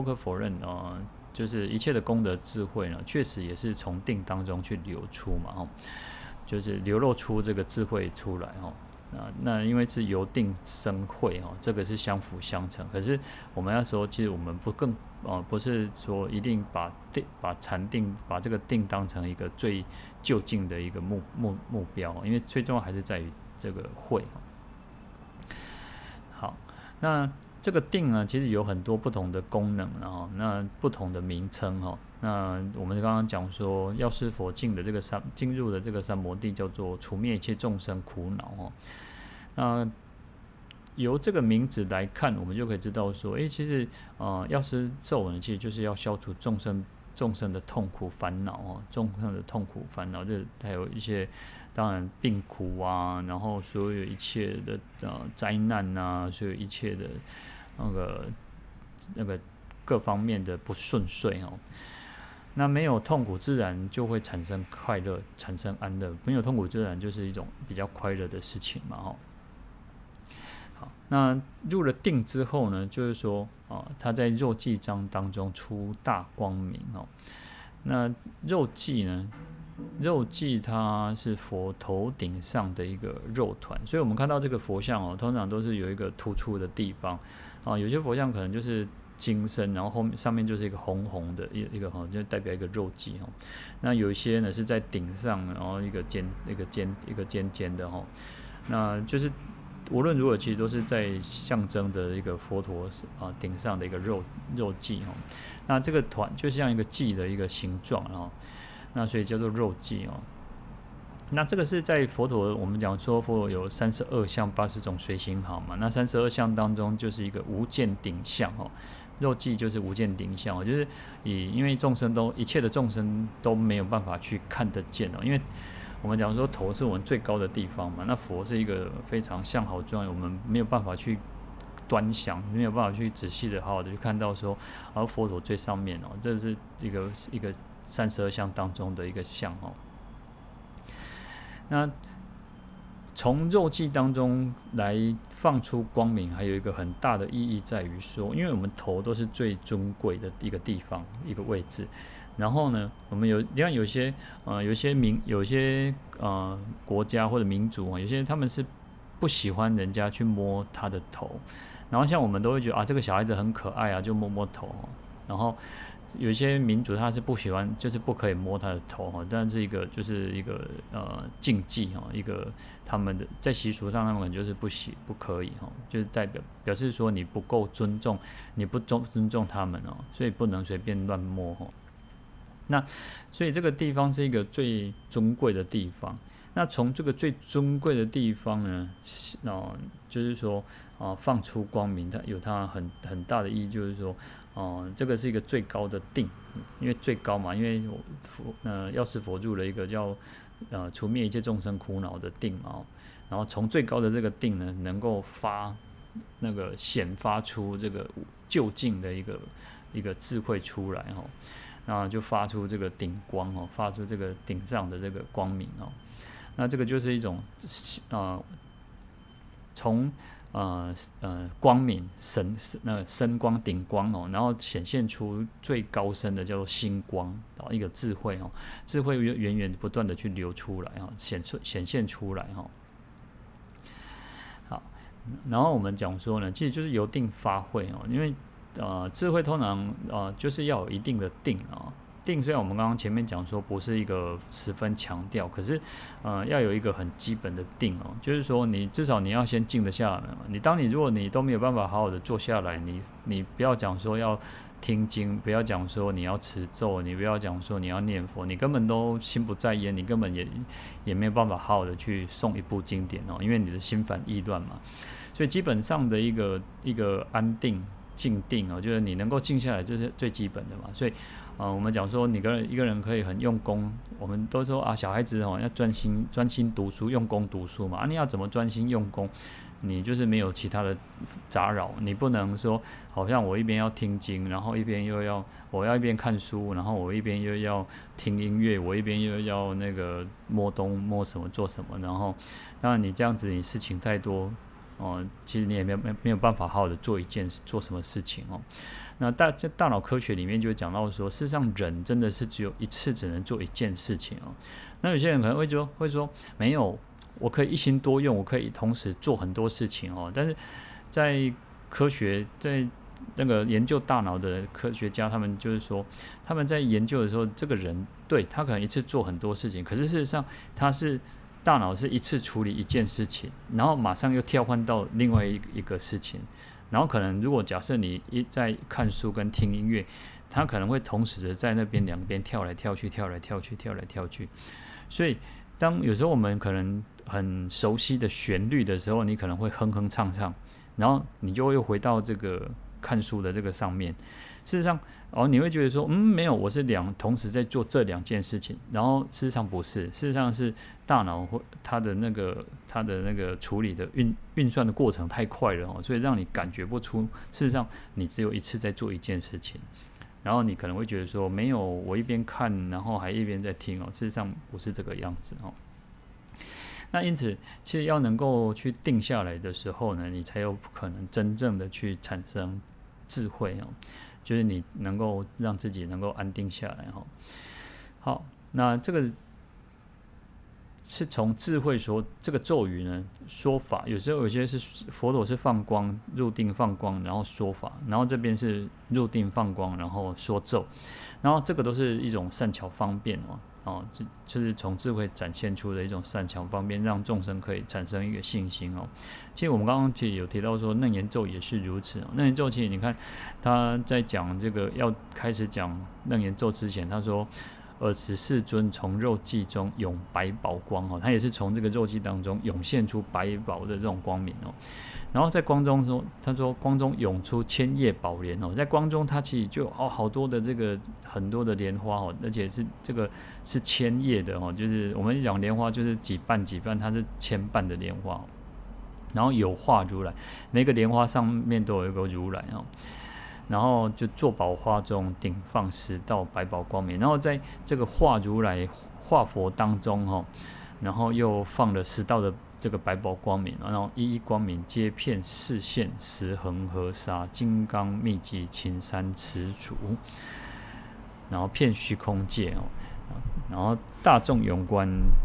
就是一切的功德智慧呢，确实也是从定当中去流出嘛，就是流露出这个智慧出来哦。那因为是由定生慧哦，这个是相辅相成。可是我们要说，其实我们不是说一定把禅定把这个定当成一个最就近的一个目标，因为最重要还是在于这个慧。好，那这个定呢，其实有很多不同的功能啊，那不同的名称哈。那我们刚刚讲说，药师佛进入的这个三摩地叫做除灭一切众生苦恼哈。那由这个名字来看，我们就可以知道说，其实药师咒呢，其实就是要消除众生的痛苦烦恼哦，众生的痛苦烦恼，这还有一些当然病苦啊，然后所有一切的灾难啊，所有一切的那个各方面的不顺遂哦。那没有痛苦，自然就会产生快乐，产生安乐。没有痛苦，自然就是一种比较快乐的事情嘛，哈。好，那入了定之后呢，就是说他在肉髻章当中出大光明哦。那肉髻呢？肉髻它是佛头顶上的一个肉团，所以我们看到这个佛像哦，通常都是有一个突出的地方有些佛像可能就是金身，然后上面就是一个红红的一个就代表一个肉髻哦。那有一些呢是在顶上，然后一个尖的哦。那就是无论如何，其实都是在象征着一个佛陀顶上的一个肉髻哦。那这个团就像一个髻的一个形状哦。那所以叫做肉髻哦。那这个是在佛陀，我们讲说佛陀有32相80种随行好嘛。那32相当中就是一个无间顶相哦。 肉髻就是无见顶相哦，就是因为一切的众生都没有办法去看得见哦，因为我们讲说头是我们最高的地方嘛，那佛是一个非常相好庄严，我们没有办法去端详，没有办法去仔细的好好的去看到说，佛陀最上面哦，这是一个32相当中的一个相哦。那从肉髻当中来放出光明，还有一个很大的意义在于说，因为我们头都是最尊贵的一个地方，一个位置。然后呢，我们有些国家或者民族有些他们是不喜欢人家去摸他的头。然后像我们都会觉得这个小孩子很可爱就摸摸头。然后有一些民族他是不喜欢，就是不可以摸他的头但是就是一个禁忌一个他们的在习俗上他们可能就是不可以就是表示说你不够尊重，你不尊重他们所以不能随便乱摸那所以这个地方是一个最尊贵的地方。那从这个最尊贵的地方呢，就是说放出光明，它有它很大的意义，就是说这个是一个最高的定，因为最高嘛，因为药师佛入了一个叫除灭一切众生苦恼的定然后从最高的这个定呢，能够显发出这个究竟的一个智慧出来那就发出这个顶光发出这个顶上的这个光明那这个就是一种从光明深光顶光然后显现出最高深的叫做心光一个智慧智慧源源不断的去流出来显现出来好，然后我们讲说呢，其实就是由定发慧因为智慧通常就是要有一定的定定虽然我们刚刚前面讲说不是一个十分强调，可是要有一个很基本的定就是说你至少你要先静得下来如果你都没有办法好好的坐下来，你不要讲说要听经，不要讲说你要持咒，你不要讲说你要念佛，你根本都心不在焉，你根本也没有办法好好的去诵一部经典因为你的心烦意乱嘛。所以基本上的一个安定静定就是你能够静下来，这是最基本的嘛。所以我们讲说一个人可以很用功，我们都说小孩子要专心读书，用功读书嘛。你要怎么专心用功？你就是没有其他的杂扰，你不能说好像我一边要听经，然后一边我要一边看书，然后我一边又要听音乐，我一边又要那个摸东摸什么做什么，然后当然你这样子你事情太多其实你也没有办法好好的做什么事情那大脑科学里面就讲到说，事实上人真的是只有一次只能做一件事情那有些人可能会说没有，我可以一心多用，我可以同时做很多事情但是在科学，在那个研究大脑的科学家，他们就是说他们在研究的时候，这个人对他可能一次做很多事情，可是事实上大脑是一次处理一件事情，然后马上又跳换到另外一个事情，然后可能如果假设你一在看书跟听音乐，他可能会同时的在那边两边跳来跳去，所以当有时候我们可能很熟悉的旋律的时候，你可能会哼哼唱唱，然后你就会又回到这个看书的这个上面。事实上你会觉得说没有，我是同时在做这两件事情，然后事实上不是，事实上是大脑它的那个处理的运算的过程太快了所以让你感觉不出事实上你只有一次在做一件事情，然后你可能会觉得说没有，我一边看然后还一边在听事实上不是这个样子那因此其实要能够去定下来的时候呢，你才有可能真正的去产生智慧就是你能够让自己能够安定下来好，那这个是从智慧说这个咒语呢说法，有时候有些是佛陀是放光入定放光然后说法，然后这边是入定放光然后说咒，然后这个都是一种善巧方便就是从智慧展现出的一种善巧方便，让众生可以产生一个信心其实我们刚刚其实有提到说楞严咒也是如此楞严咒其实你看他在讲这个要开始讲楞严咒之前，他说尔时世尊从肉髻中涌白宝光他也是从这个肉髻当中涌现出白宝的这种光明然后在光中说，他说光中涌出千叶宝莲哦，在光中它其实就好多的这个很多的莲花哦，而且是这个是千叶的哦，就是我们讲莲花就是几瓣几瓣，它是千瓣的莲花，然后有画如来，每个莲花上面都有一个如来哦。然后就坐宝花中，顶放10道百宝光明。然后在这个化如来化佛当中然后又放了10道的这个百宝光明，然后一一光明皆遍视线10恒河沙，金刚密集青山持足，然后遍虚空界然后大众永观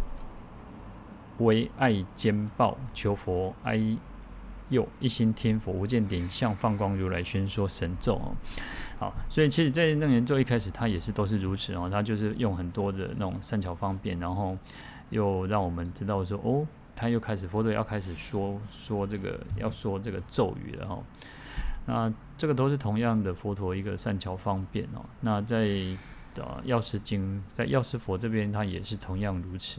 唯爱兼报，求佛哀又一心听佛，无见顶相放光如来宣说神咒好，所以其实在楞严咒一开始它也是都是如此它就是用很多的那种善巧方便，然后又让我们知道说他又开始佛陀要开始说这个要说这个咒语了那这个都是同样的佛陀一个善巧方便那在药师经在药师佛这边它也是同样如此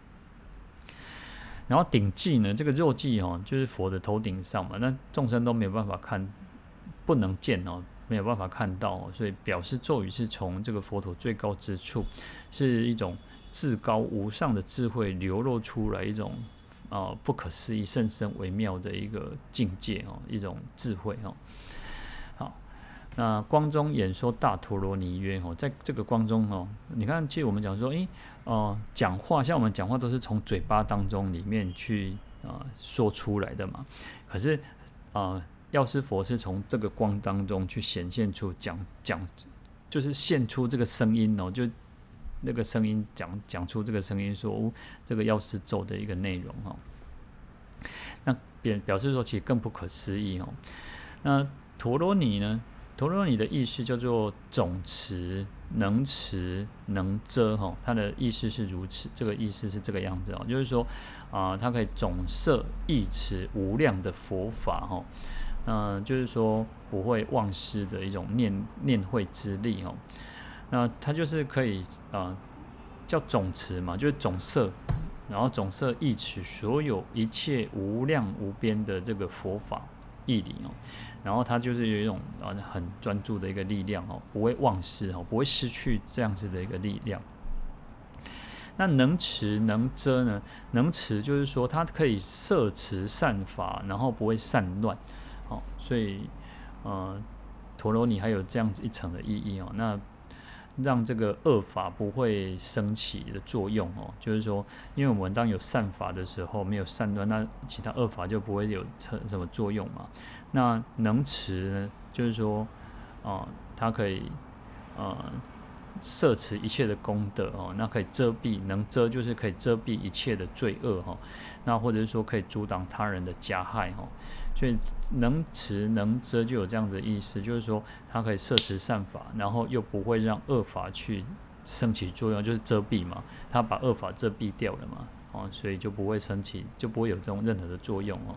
然后顶髻呢，这个肉髻就是佛的头顶上嘛，那众生都没有办法看，不能见没有办法看到所以表示咒语是从这个佛陀最高之处，是一种至高无上的智慧流露出来一种不可思议甚深微妙的一个境界一种智慧好，那光中演说大陀罗尼曰在这个光中你看，其实我们讲说，讲话像我们讲话都是从嘴巴当中里面去说出来的嘛，可是药师佛是从这个光当中去显现出讲，就是现出这个声音就那个声音讲出这个声音说这个药师咒的一个内容那表示说其实更不可思议那陀罗尼呢？陀罗尼的意思叫做总持、能持、能遮它的意思是如此，这个意思是这个样子就是说它可以总摄意持无量的佛法就是说不会忘失的一种念慧之力那它就是可以叫总持嘛，就是总摄，然后总摄意持所有一切无量无边的这个佛法义理然后它就是有一种很专注的一个力量不会忘失不会失去这样子的一个力量。那能持能遮呢？能持就是说它可以摄持善法，然后不会散乱所以陀罗尼还有这样子一层的意义那让这个恶法不会升起的作用就是说，因为我们当有善法的时候没有散乱，那其他恶法就不会有什么作用嘛。那能持呢，就是说它可以摄持一切的功德那可以遮蔽，能遮就是可以遮蔽一切的罪恶那或者是说可以阻挡他人的加害所以能持能遮就有这样子的意思，就是说它可以摄持善法，然后又不会让恶法去升起作用，就是遮蔽嘛，它把恶法遮蔽掉了嘛所以就不会升起，就不会有这种任何的作用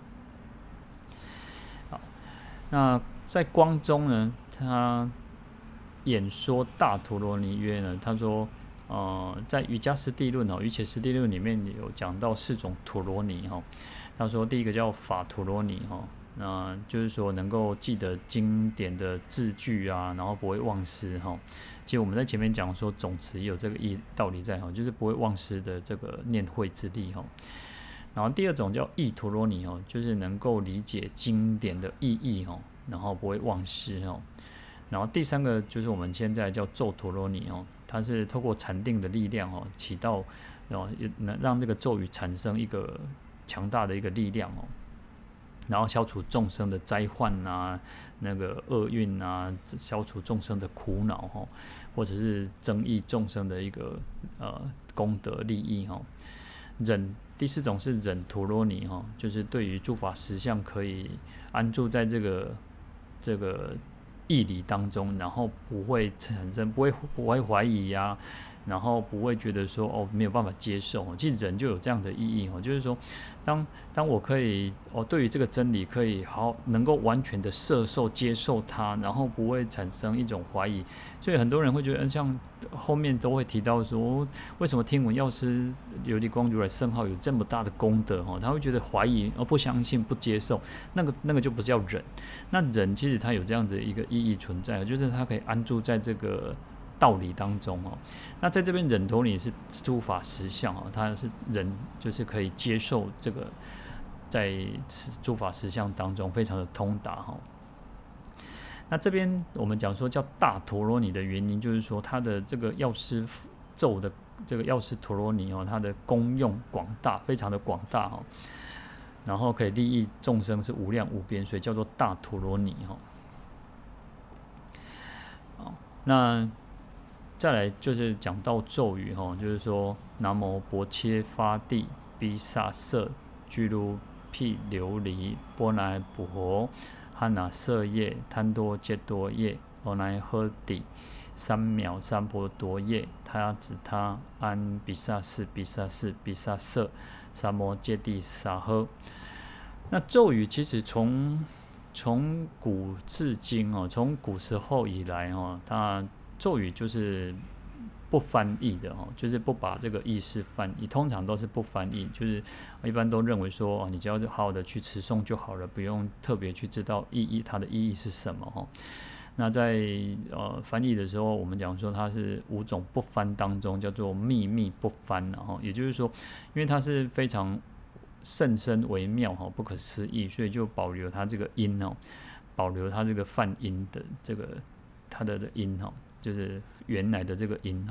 好，那在光中呢，他演说大陀罗尼约呢，他说在瑜伽师地论瑜伽师地论里面有讲到4种陀罗尼他说第一个叫法陀罗尼那就是说能够记得经典的字句然后不会忘失其实我们在前面讲说总持也有这个道理在就是不会忘失的这个念慧之力然后第二种叫意陀罗尼就是能够理解经典的意义然后不会忘失然后第三个就是我们现在叫咒陀罗尼它是透过禅定的力量起到能让这个咒语产生一个强大的一个力量然后消除众生的灾患那个厄运消除众生的苦恼或者是增益众生的一个功德利益第4种是忍陀罗尼就是对于诸法实相可以安住在这个义理当中，然后不会产生不会怀疑然后不会觉得说没有办法接受。其实人就有这样的意义就是说，当我可以对于这个真理可以能够完全的摄受接受它，然后不会产生一种怀疑。所以很多人会觉得，像后面都会提到说，为什么听闻药师琉璃光如来圣号有这么大的功德他会觉得怀疑不相信不接受，那个就不叫忍。那忍其实它有这样子一个意义存在，就是它可以安住在这个道理当中那在这边忍陀尼是诸法实相它是人就是可以接受这个在诸法实相当中非常的通达那这边我们讲说叫大陀罗尼的原因，就是说它的这个药师咒的这个药师陀罗尼它的功用广大，非常的广大然后可以利益众生是无量无边，所以叫做大陀罗尼那再来就是讲到咒语就是说南无薄切发地毗萨舍居卢毗琉璃波那婆诃哈那舍耶贪多揭多耶欧那诃底三藐三婆多耶他子他安毗萨士毗萨士毗萨舍萨摩揭谛萨诃。那咒语其实从古至今从古时候以来它咒语就是不翻译的就是不把这个意识翻译，通常都是不翻译，就是一般都认为说你只要好好的去持诵就好了，不用特别去知道它的意义是什么那在翻译的时候，我们讲说它是5种不翻当中叫做秘密不翻也就是说，因为它是非常甚深微妙不可思议，所以就保留它这个音保留它这个泛音的这个它的音就是原来的这个音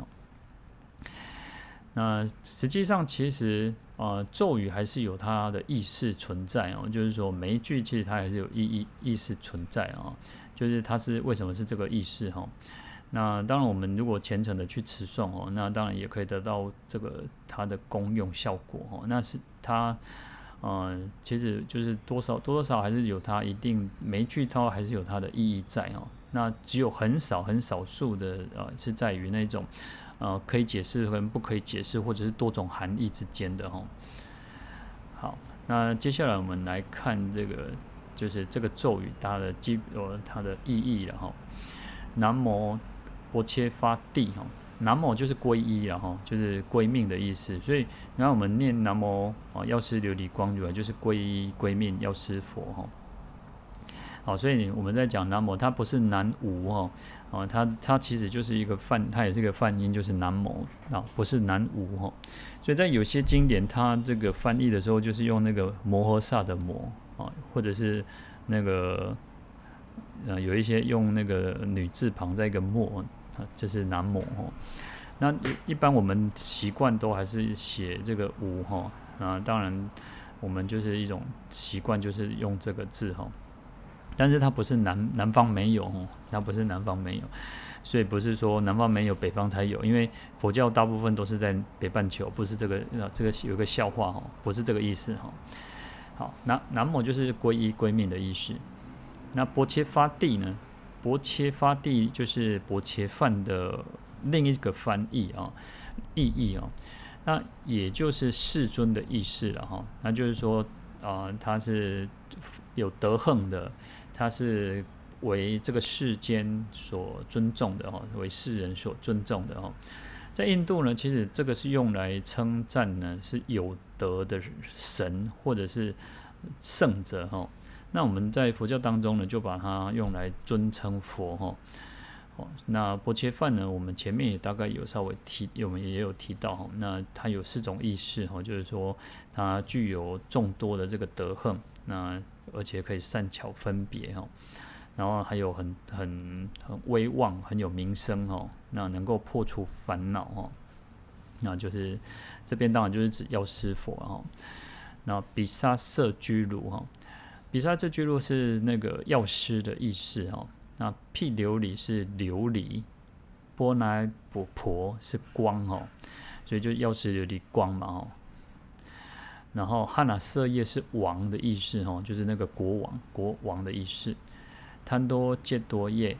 那实际上其实咒语还是有它的意识存在就是说每一句其实它还是有意识存在就是它是为什么是这个意识那当然我们如果虔诚的去持诵那当然也可以得到这个它的功用效果那是它其实就是多多少还是有它一定每一句它还是有它的意义在那只有很少数的是在于那种可以解释跟不可以解释，或者是多种含义之间的好，那接下来我们来看这个就是这个咒语它的意义了南无薄切发地南无就是皈依就是归命的意思，所以然后我们念南无药师琉璃光如来就是皈依归命药师佛好，所以我们在讲南无，它不是南无它其实就是一个它也是一个泛音，就是南无不是南无所以在有些经典，它这个翻译的时候，就是用那个摩诃萨的摩或者是那个有一些用那个女字旁在一个默就是南无那一般我们习惯都还是写这个无当然我们就是一种习惯，就是用这个字但是它不是南方没有它不是南方没有，所以不是说南方没有北方才有，因为佛教大部分都是在北半球，不是这个有一个笑话不是这个意思好，南无就是皈依归命的意思。那薄切发地呢？薄切发地就是薄切梵的另一个翻译意义那也就是世尊的意思了那就是说他是有德行的，他是为这个世间所尊重的为世人所尊重的在印度呢，其实这个是用来称赞呢是有德的神或者是圣者那我们在佛教当中呢，就把它用来尊称佛那薄切梵呢，我们前面也大概有稍微我们也有提到那它有4种意识就是说它具有众多的这个德行，那而且可以善巧分别然后还有很威望，很有名声那能够破除烦恼那就是这边当然就是指药师佛那毗萨舍居卢毗萨舍居卢是那个药师的意思那毗琉璃是琉璃，波那婆是光所以就药师琉璃光嘛然后哈那舍耶是王的意思就是那个国王的意思。贪多揭多耶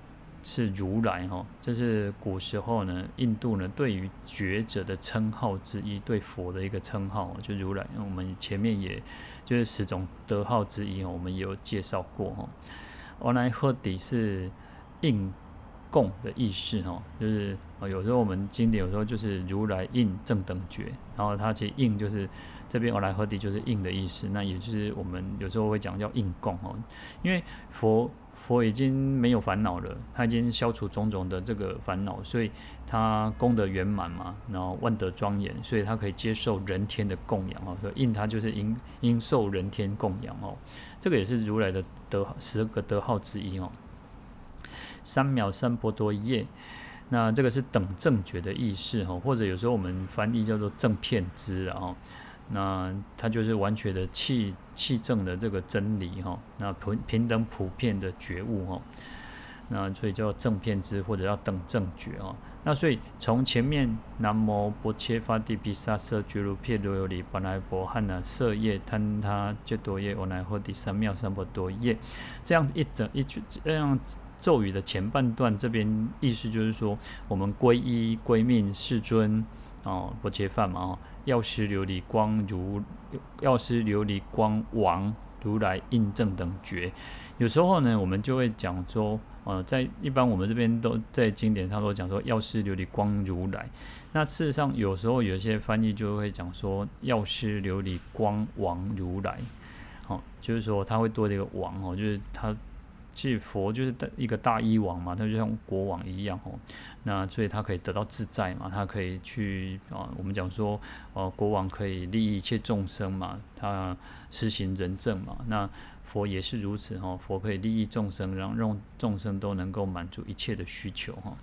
是如来哈，这是古时候呢印度呢对于觉者的称号之一，对佛的一个称号，就如来。我们前面也就是10种德号之一，我们也有介绍过哈。阿赖呵底是应供的意思哈，就是有时候我们经典有时候就是如来应正等觉，然后它其实应就是这边阿赖呵底就是应的意思，那也就是我们有时候会讲叫应供哦，因为佛已经没有烦恼了，他已经消除种种的这个烦恼，所以他功德圆满嘛，然后万德庄严，所以他可以接受人天的供养哦。所以应他就是应受人天供养哦，这个也是如来的10个德号之一哦。三藐三菩提叶，那这个是等正觉的意思哈，或者有时候我们翻译叫做正遍知啊。那它就是完全的气正的这个真理哈，那平等普遍的觉悟哈，那所以叫正遍知或者叫等正觉啊。那所以从前面南无波切发地毗沙舍觉如撇罗有里巴来波汉那舍业贪他揭多业阿赖呵第三藐三菩提业，这样这样咒语的前半段，这边意思就是说，我们皈依归命世尊哦，波切梵嘛哦。药师琉璃光王如来印证等觉，有时候呢，我们就会讲说，在一般我们这边都在经典上都讲说药师琉璃光如来。那事实上，有时候有些翻译就会讲说药师琉璃光王如来，就是说他会多了一个王哦，就是他。其实佛就是一个大医王嘛，他就像国王一样哦。那所以他可以得到自在嘛，他可以去我们讲说国王可以利益一切众生嘛，他施行仁政嘛。那佛也是如此哦，佛可以利益众生，让众生都能够满足一切的需求哈。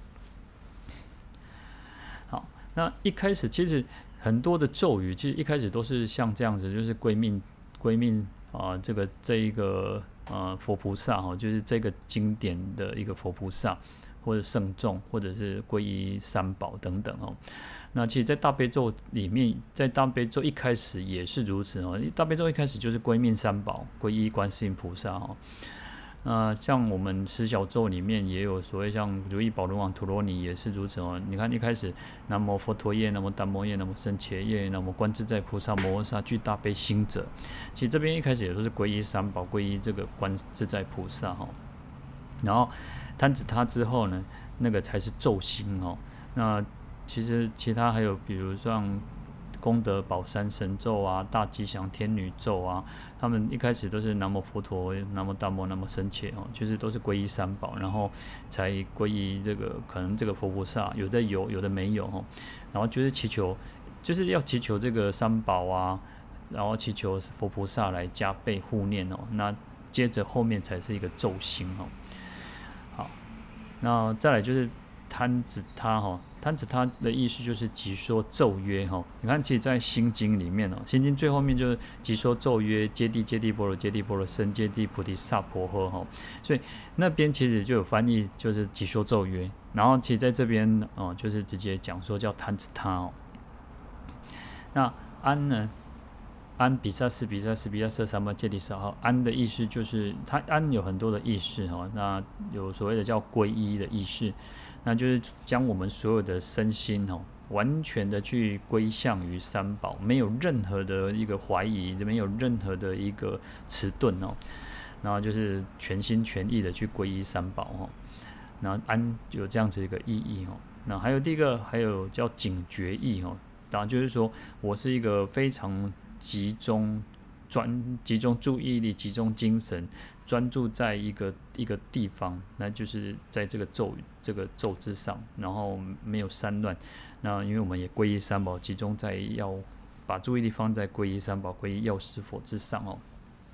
好，那一开始其实很多的咒语，其实一开始都是像这样子，就是归命这一个佛菩萨哈，就是这个经典的一个佛菩萨或者圣众，或者是皈依三宝等等哦。那其实，在大悲咒里面，在大悲咒一开始也是如此哦。大悲咒一开始就是归命三宝，皈依观世音菩萨哦。像我们十小咒里面也有所谓像如意宝轮王陀罗尼也是如此哦。你看一开始南无佛陀耶，南无达摩耶，南无僧伽耶，南无观自在菩萨摩诃萨具大悲心者。其实这边一开始也都是皈依三宝，皈依这个观自在菩萨哈。然后贪指他之后呢，那个才是咒心哦。那其实其他还有比如像功德宝山神咒啊、大吉祥天女咒啊，他们一开始都是南无佛陀、南无大摩、南无僧伽哦，就是都是皈依三宝，然后才皈依这个可能这个佛菩萨，有的有，有的没有哦。然后就是祈求，就是要祈求这个三宝啊，然后祈求佛菩萨来加倍护念哦。那接着后面才是一个咒心哦。好，那再来就是贪指他哈。贪指他的意思就是即说咒曰哈，你看，其实，在心经里面哦，心经最后面就是即说咒曰，揭谛波罗揭谛波罗僧揭谛菩提萨婆诃哈，所以那边其实就有翻译，就是即说咒曰，然后其实在这边就是直接讲说叫贪指他哦。那安呢？安比萨斯比萨舍三摩揭谛萨哈，安的意思就是它安有很多的意思哈，那有所谓的叫皈依的意思。那就是将我们所有的身心完全的去归向于三宝，没有任何的一个怀疑，没有任何的一个迟钝然后就是全心全意的去皈依三宝然后安有这样子一个意义那还有第一个，还有叫警觉意当然就是说我是一个非常集中注意力、集中精神。专注在一个地方，那就是在这个咒之上，然后没有散乱。那因为我们也皈依三宝，集中在要把注意力放在皈依三宝、皈依药师佛之上哦。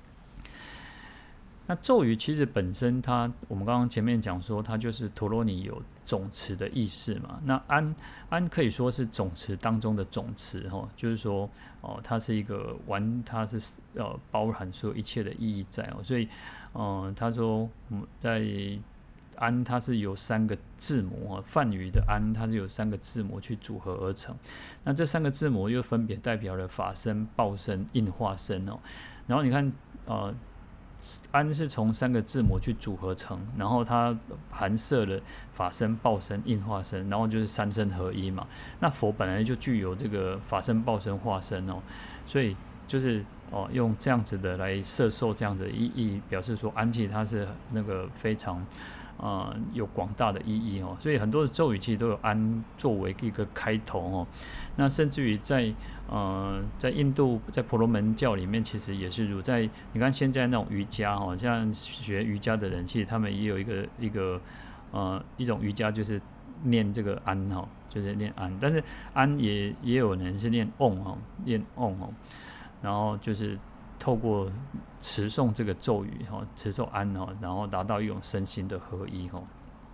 那咒语其实本身我们刚刚前面讲说，它就是陀罗尼有总持的意思嘛。那安可以说是总持当中的总持就是说它是一个它是包含所有一切的意义在所以他说在安它是由3个字母梵语的安它是由3个字母去组合而成。那这3个字母又分别代表了法身、报身、应化身然后你看安是从3个字母去组合成，然后它含摄了法身、报身、应化身，然后就是3身合一嘛。那佛本来就具有这个法身、报身、化身哦，所以就是用这样子的来摄受这样子的意义，表示说安其实它是那个非常有广大的意义哦。所以很多的咒语其实都有安作为一个开头哦。那甚至于在印度，在婆罗门教里面，其实也是如在你看现在那种瑜伽哦，像学瑜伽的人，其实他们也有一种瑜伽就是念这个安哈，就是念安，但是安也有人是念嗡哦，念嗡哦，然后就是透过持诵这个咒语哈，持诵安哈，然后达到一种身心的合一哈。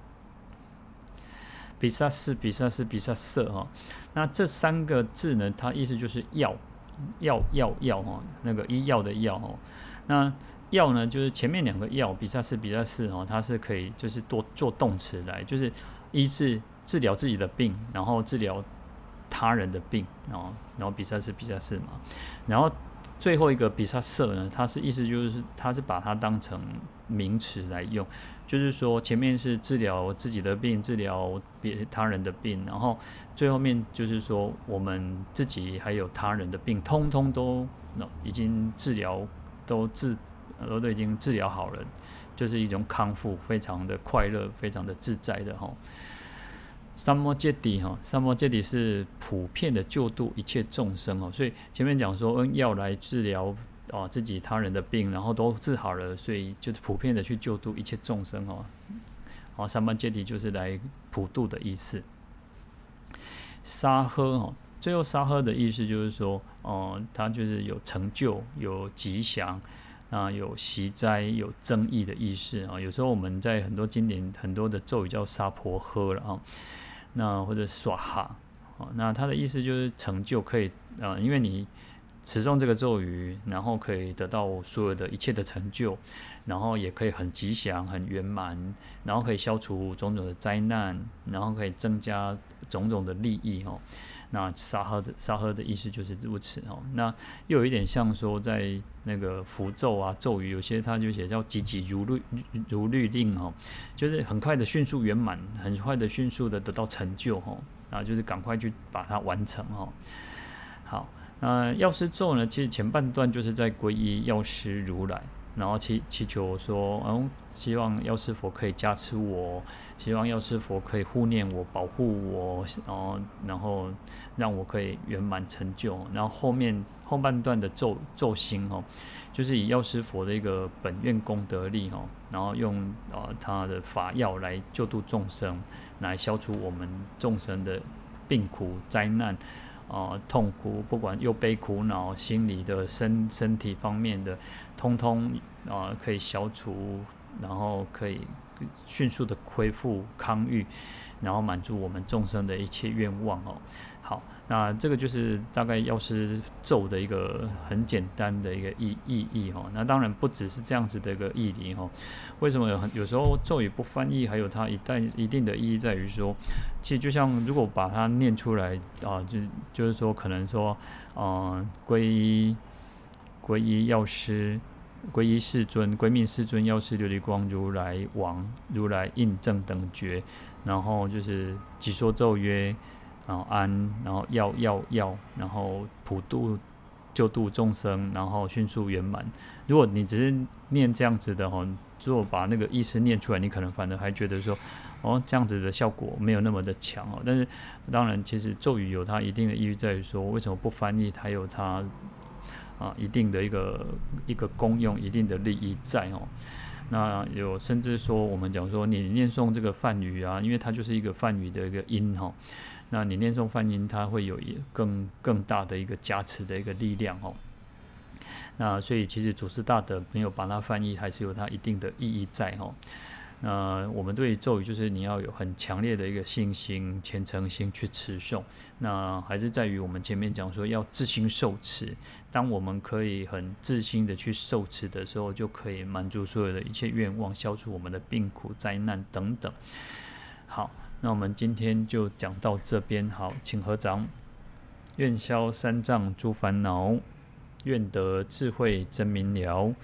比萨斯、比萨斯、比萨瑟哈，那这3个字呢，它意思就是药哈，那个医药的药哈。那药呢，就是前面2个药，比萨斯、比萨斯哈，它是可以就是多做动词来，就是医治疗自己的病，然后治疗他人的病，然后比萨斯、比萨斯嘛，然后最后一个比萨瑟呢，它是意思就是它是把它当成名词来用，就是说前面是治疗自己的病，治疗他人的病，然后最后面就是说我们自己还有他人的病，通通都已经治疗都已经治疗好了，就是一种康复，非常的快乐，非常的自在的哈。三摩揭谛哈，三摩揭谛是普遍的救度一切众生哦，所以前面讲说药来治疗自己他人的病，然后都治好了，所以就是普遍的去救度一切众生哦。三摩揭谛就是来普度的意思。沙诃哦，最后沙诃的意思就是说它就是有成就、有吉祥。有息灾、有增益的意思啊。有时候我们在很多经典、很多的咒语叫沙婆诃了啊，那或者耍哈，那它的意思就是成就可以因为你持诵这个咒语，然后可以得到所有的一切的成就，然后也可以很吉祥、很圆满，然后可以消除种种的灾难，然后可以增加种种的利益哦。那沙诃的意思就是如此哦。那又有一点像说，在那个符咒啊、咒语，有些它就写叫急急如律令哦，就是很快的、迅速圆满，很快的、迅速的得到成就哦。啊，就是赶快去把它完成哦。好，那药师咒呢，其实前半段就是在皈依药师如来，然后祈求说，希望药师佛可以加持我，希望药师佛可以护念我、保护我，然后让我可以圆满成就。然后后半段的咒心就是以药师佛的一个本愿功德力然后用他的法药来救度众生，来消除我们众生的病苦灾难。痛苦，不管忧悲苦恼，心理的身体方面的，通通可以消除，然后可以迅速的恢复康愈，然后满足我们众生的一切愿望好，那这个就是大概药师咒的一个很简单的一个意义那当然不只是这样子的一个义理为什么有时候咒语不翻译，还有它一定的意义在于说，其实就像如果把它念出来就是说可能说皈依药师，皈依世尊，归命世尊药师琉璃光如来王，如来印正等觉，然后就是即说咒曰安，然后药，然后普度救度众生，然后迅速圆满。如果你只是念这样子的如果把那个意思念出来，你可能反而还觉得说这样子的效果没有那么的强但是当然其实咒语有它一定的意义在于说，为什么不翻译，它有它一定的一个功用，一定的利益在那有甚至说我们讲说你念诵这个梵语因为它就是一个梵语的一个音那你念诵梵音，它会有更大的一个加持的一个力量那所以其实祖师大德没有把它翻译，还是有它一定的意义在那我们对于咒语就是你要有很强烈的一个信心、虔诚心去持诵。那还是在于我们前面讲说要自心受持。当我们可以很自心的去受持的时候，就可以满足所有的一切愿望，消除我们的病苦、灾难等等。好，那我们今天就讲到这边。好，请合掌。愿消三障诸烦恼，愿得智慧真明了。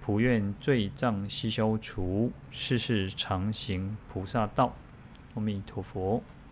普愿罪障悉消除，世世常行菩萨道。阿弥陀佛。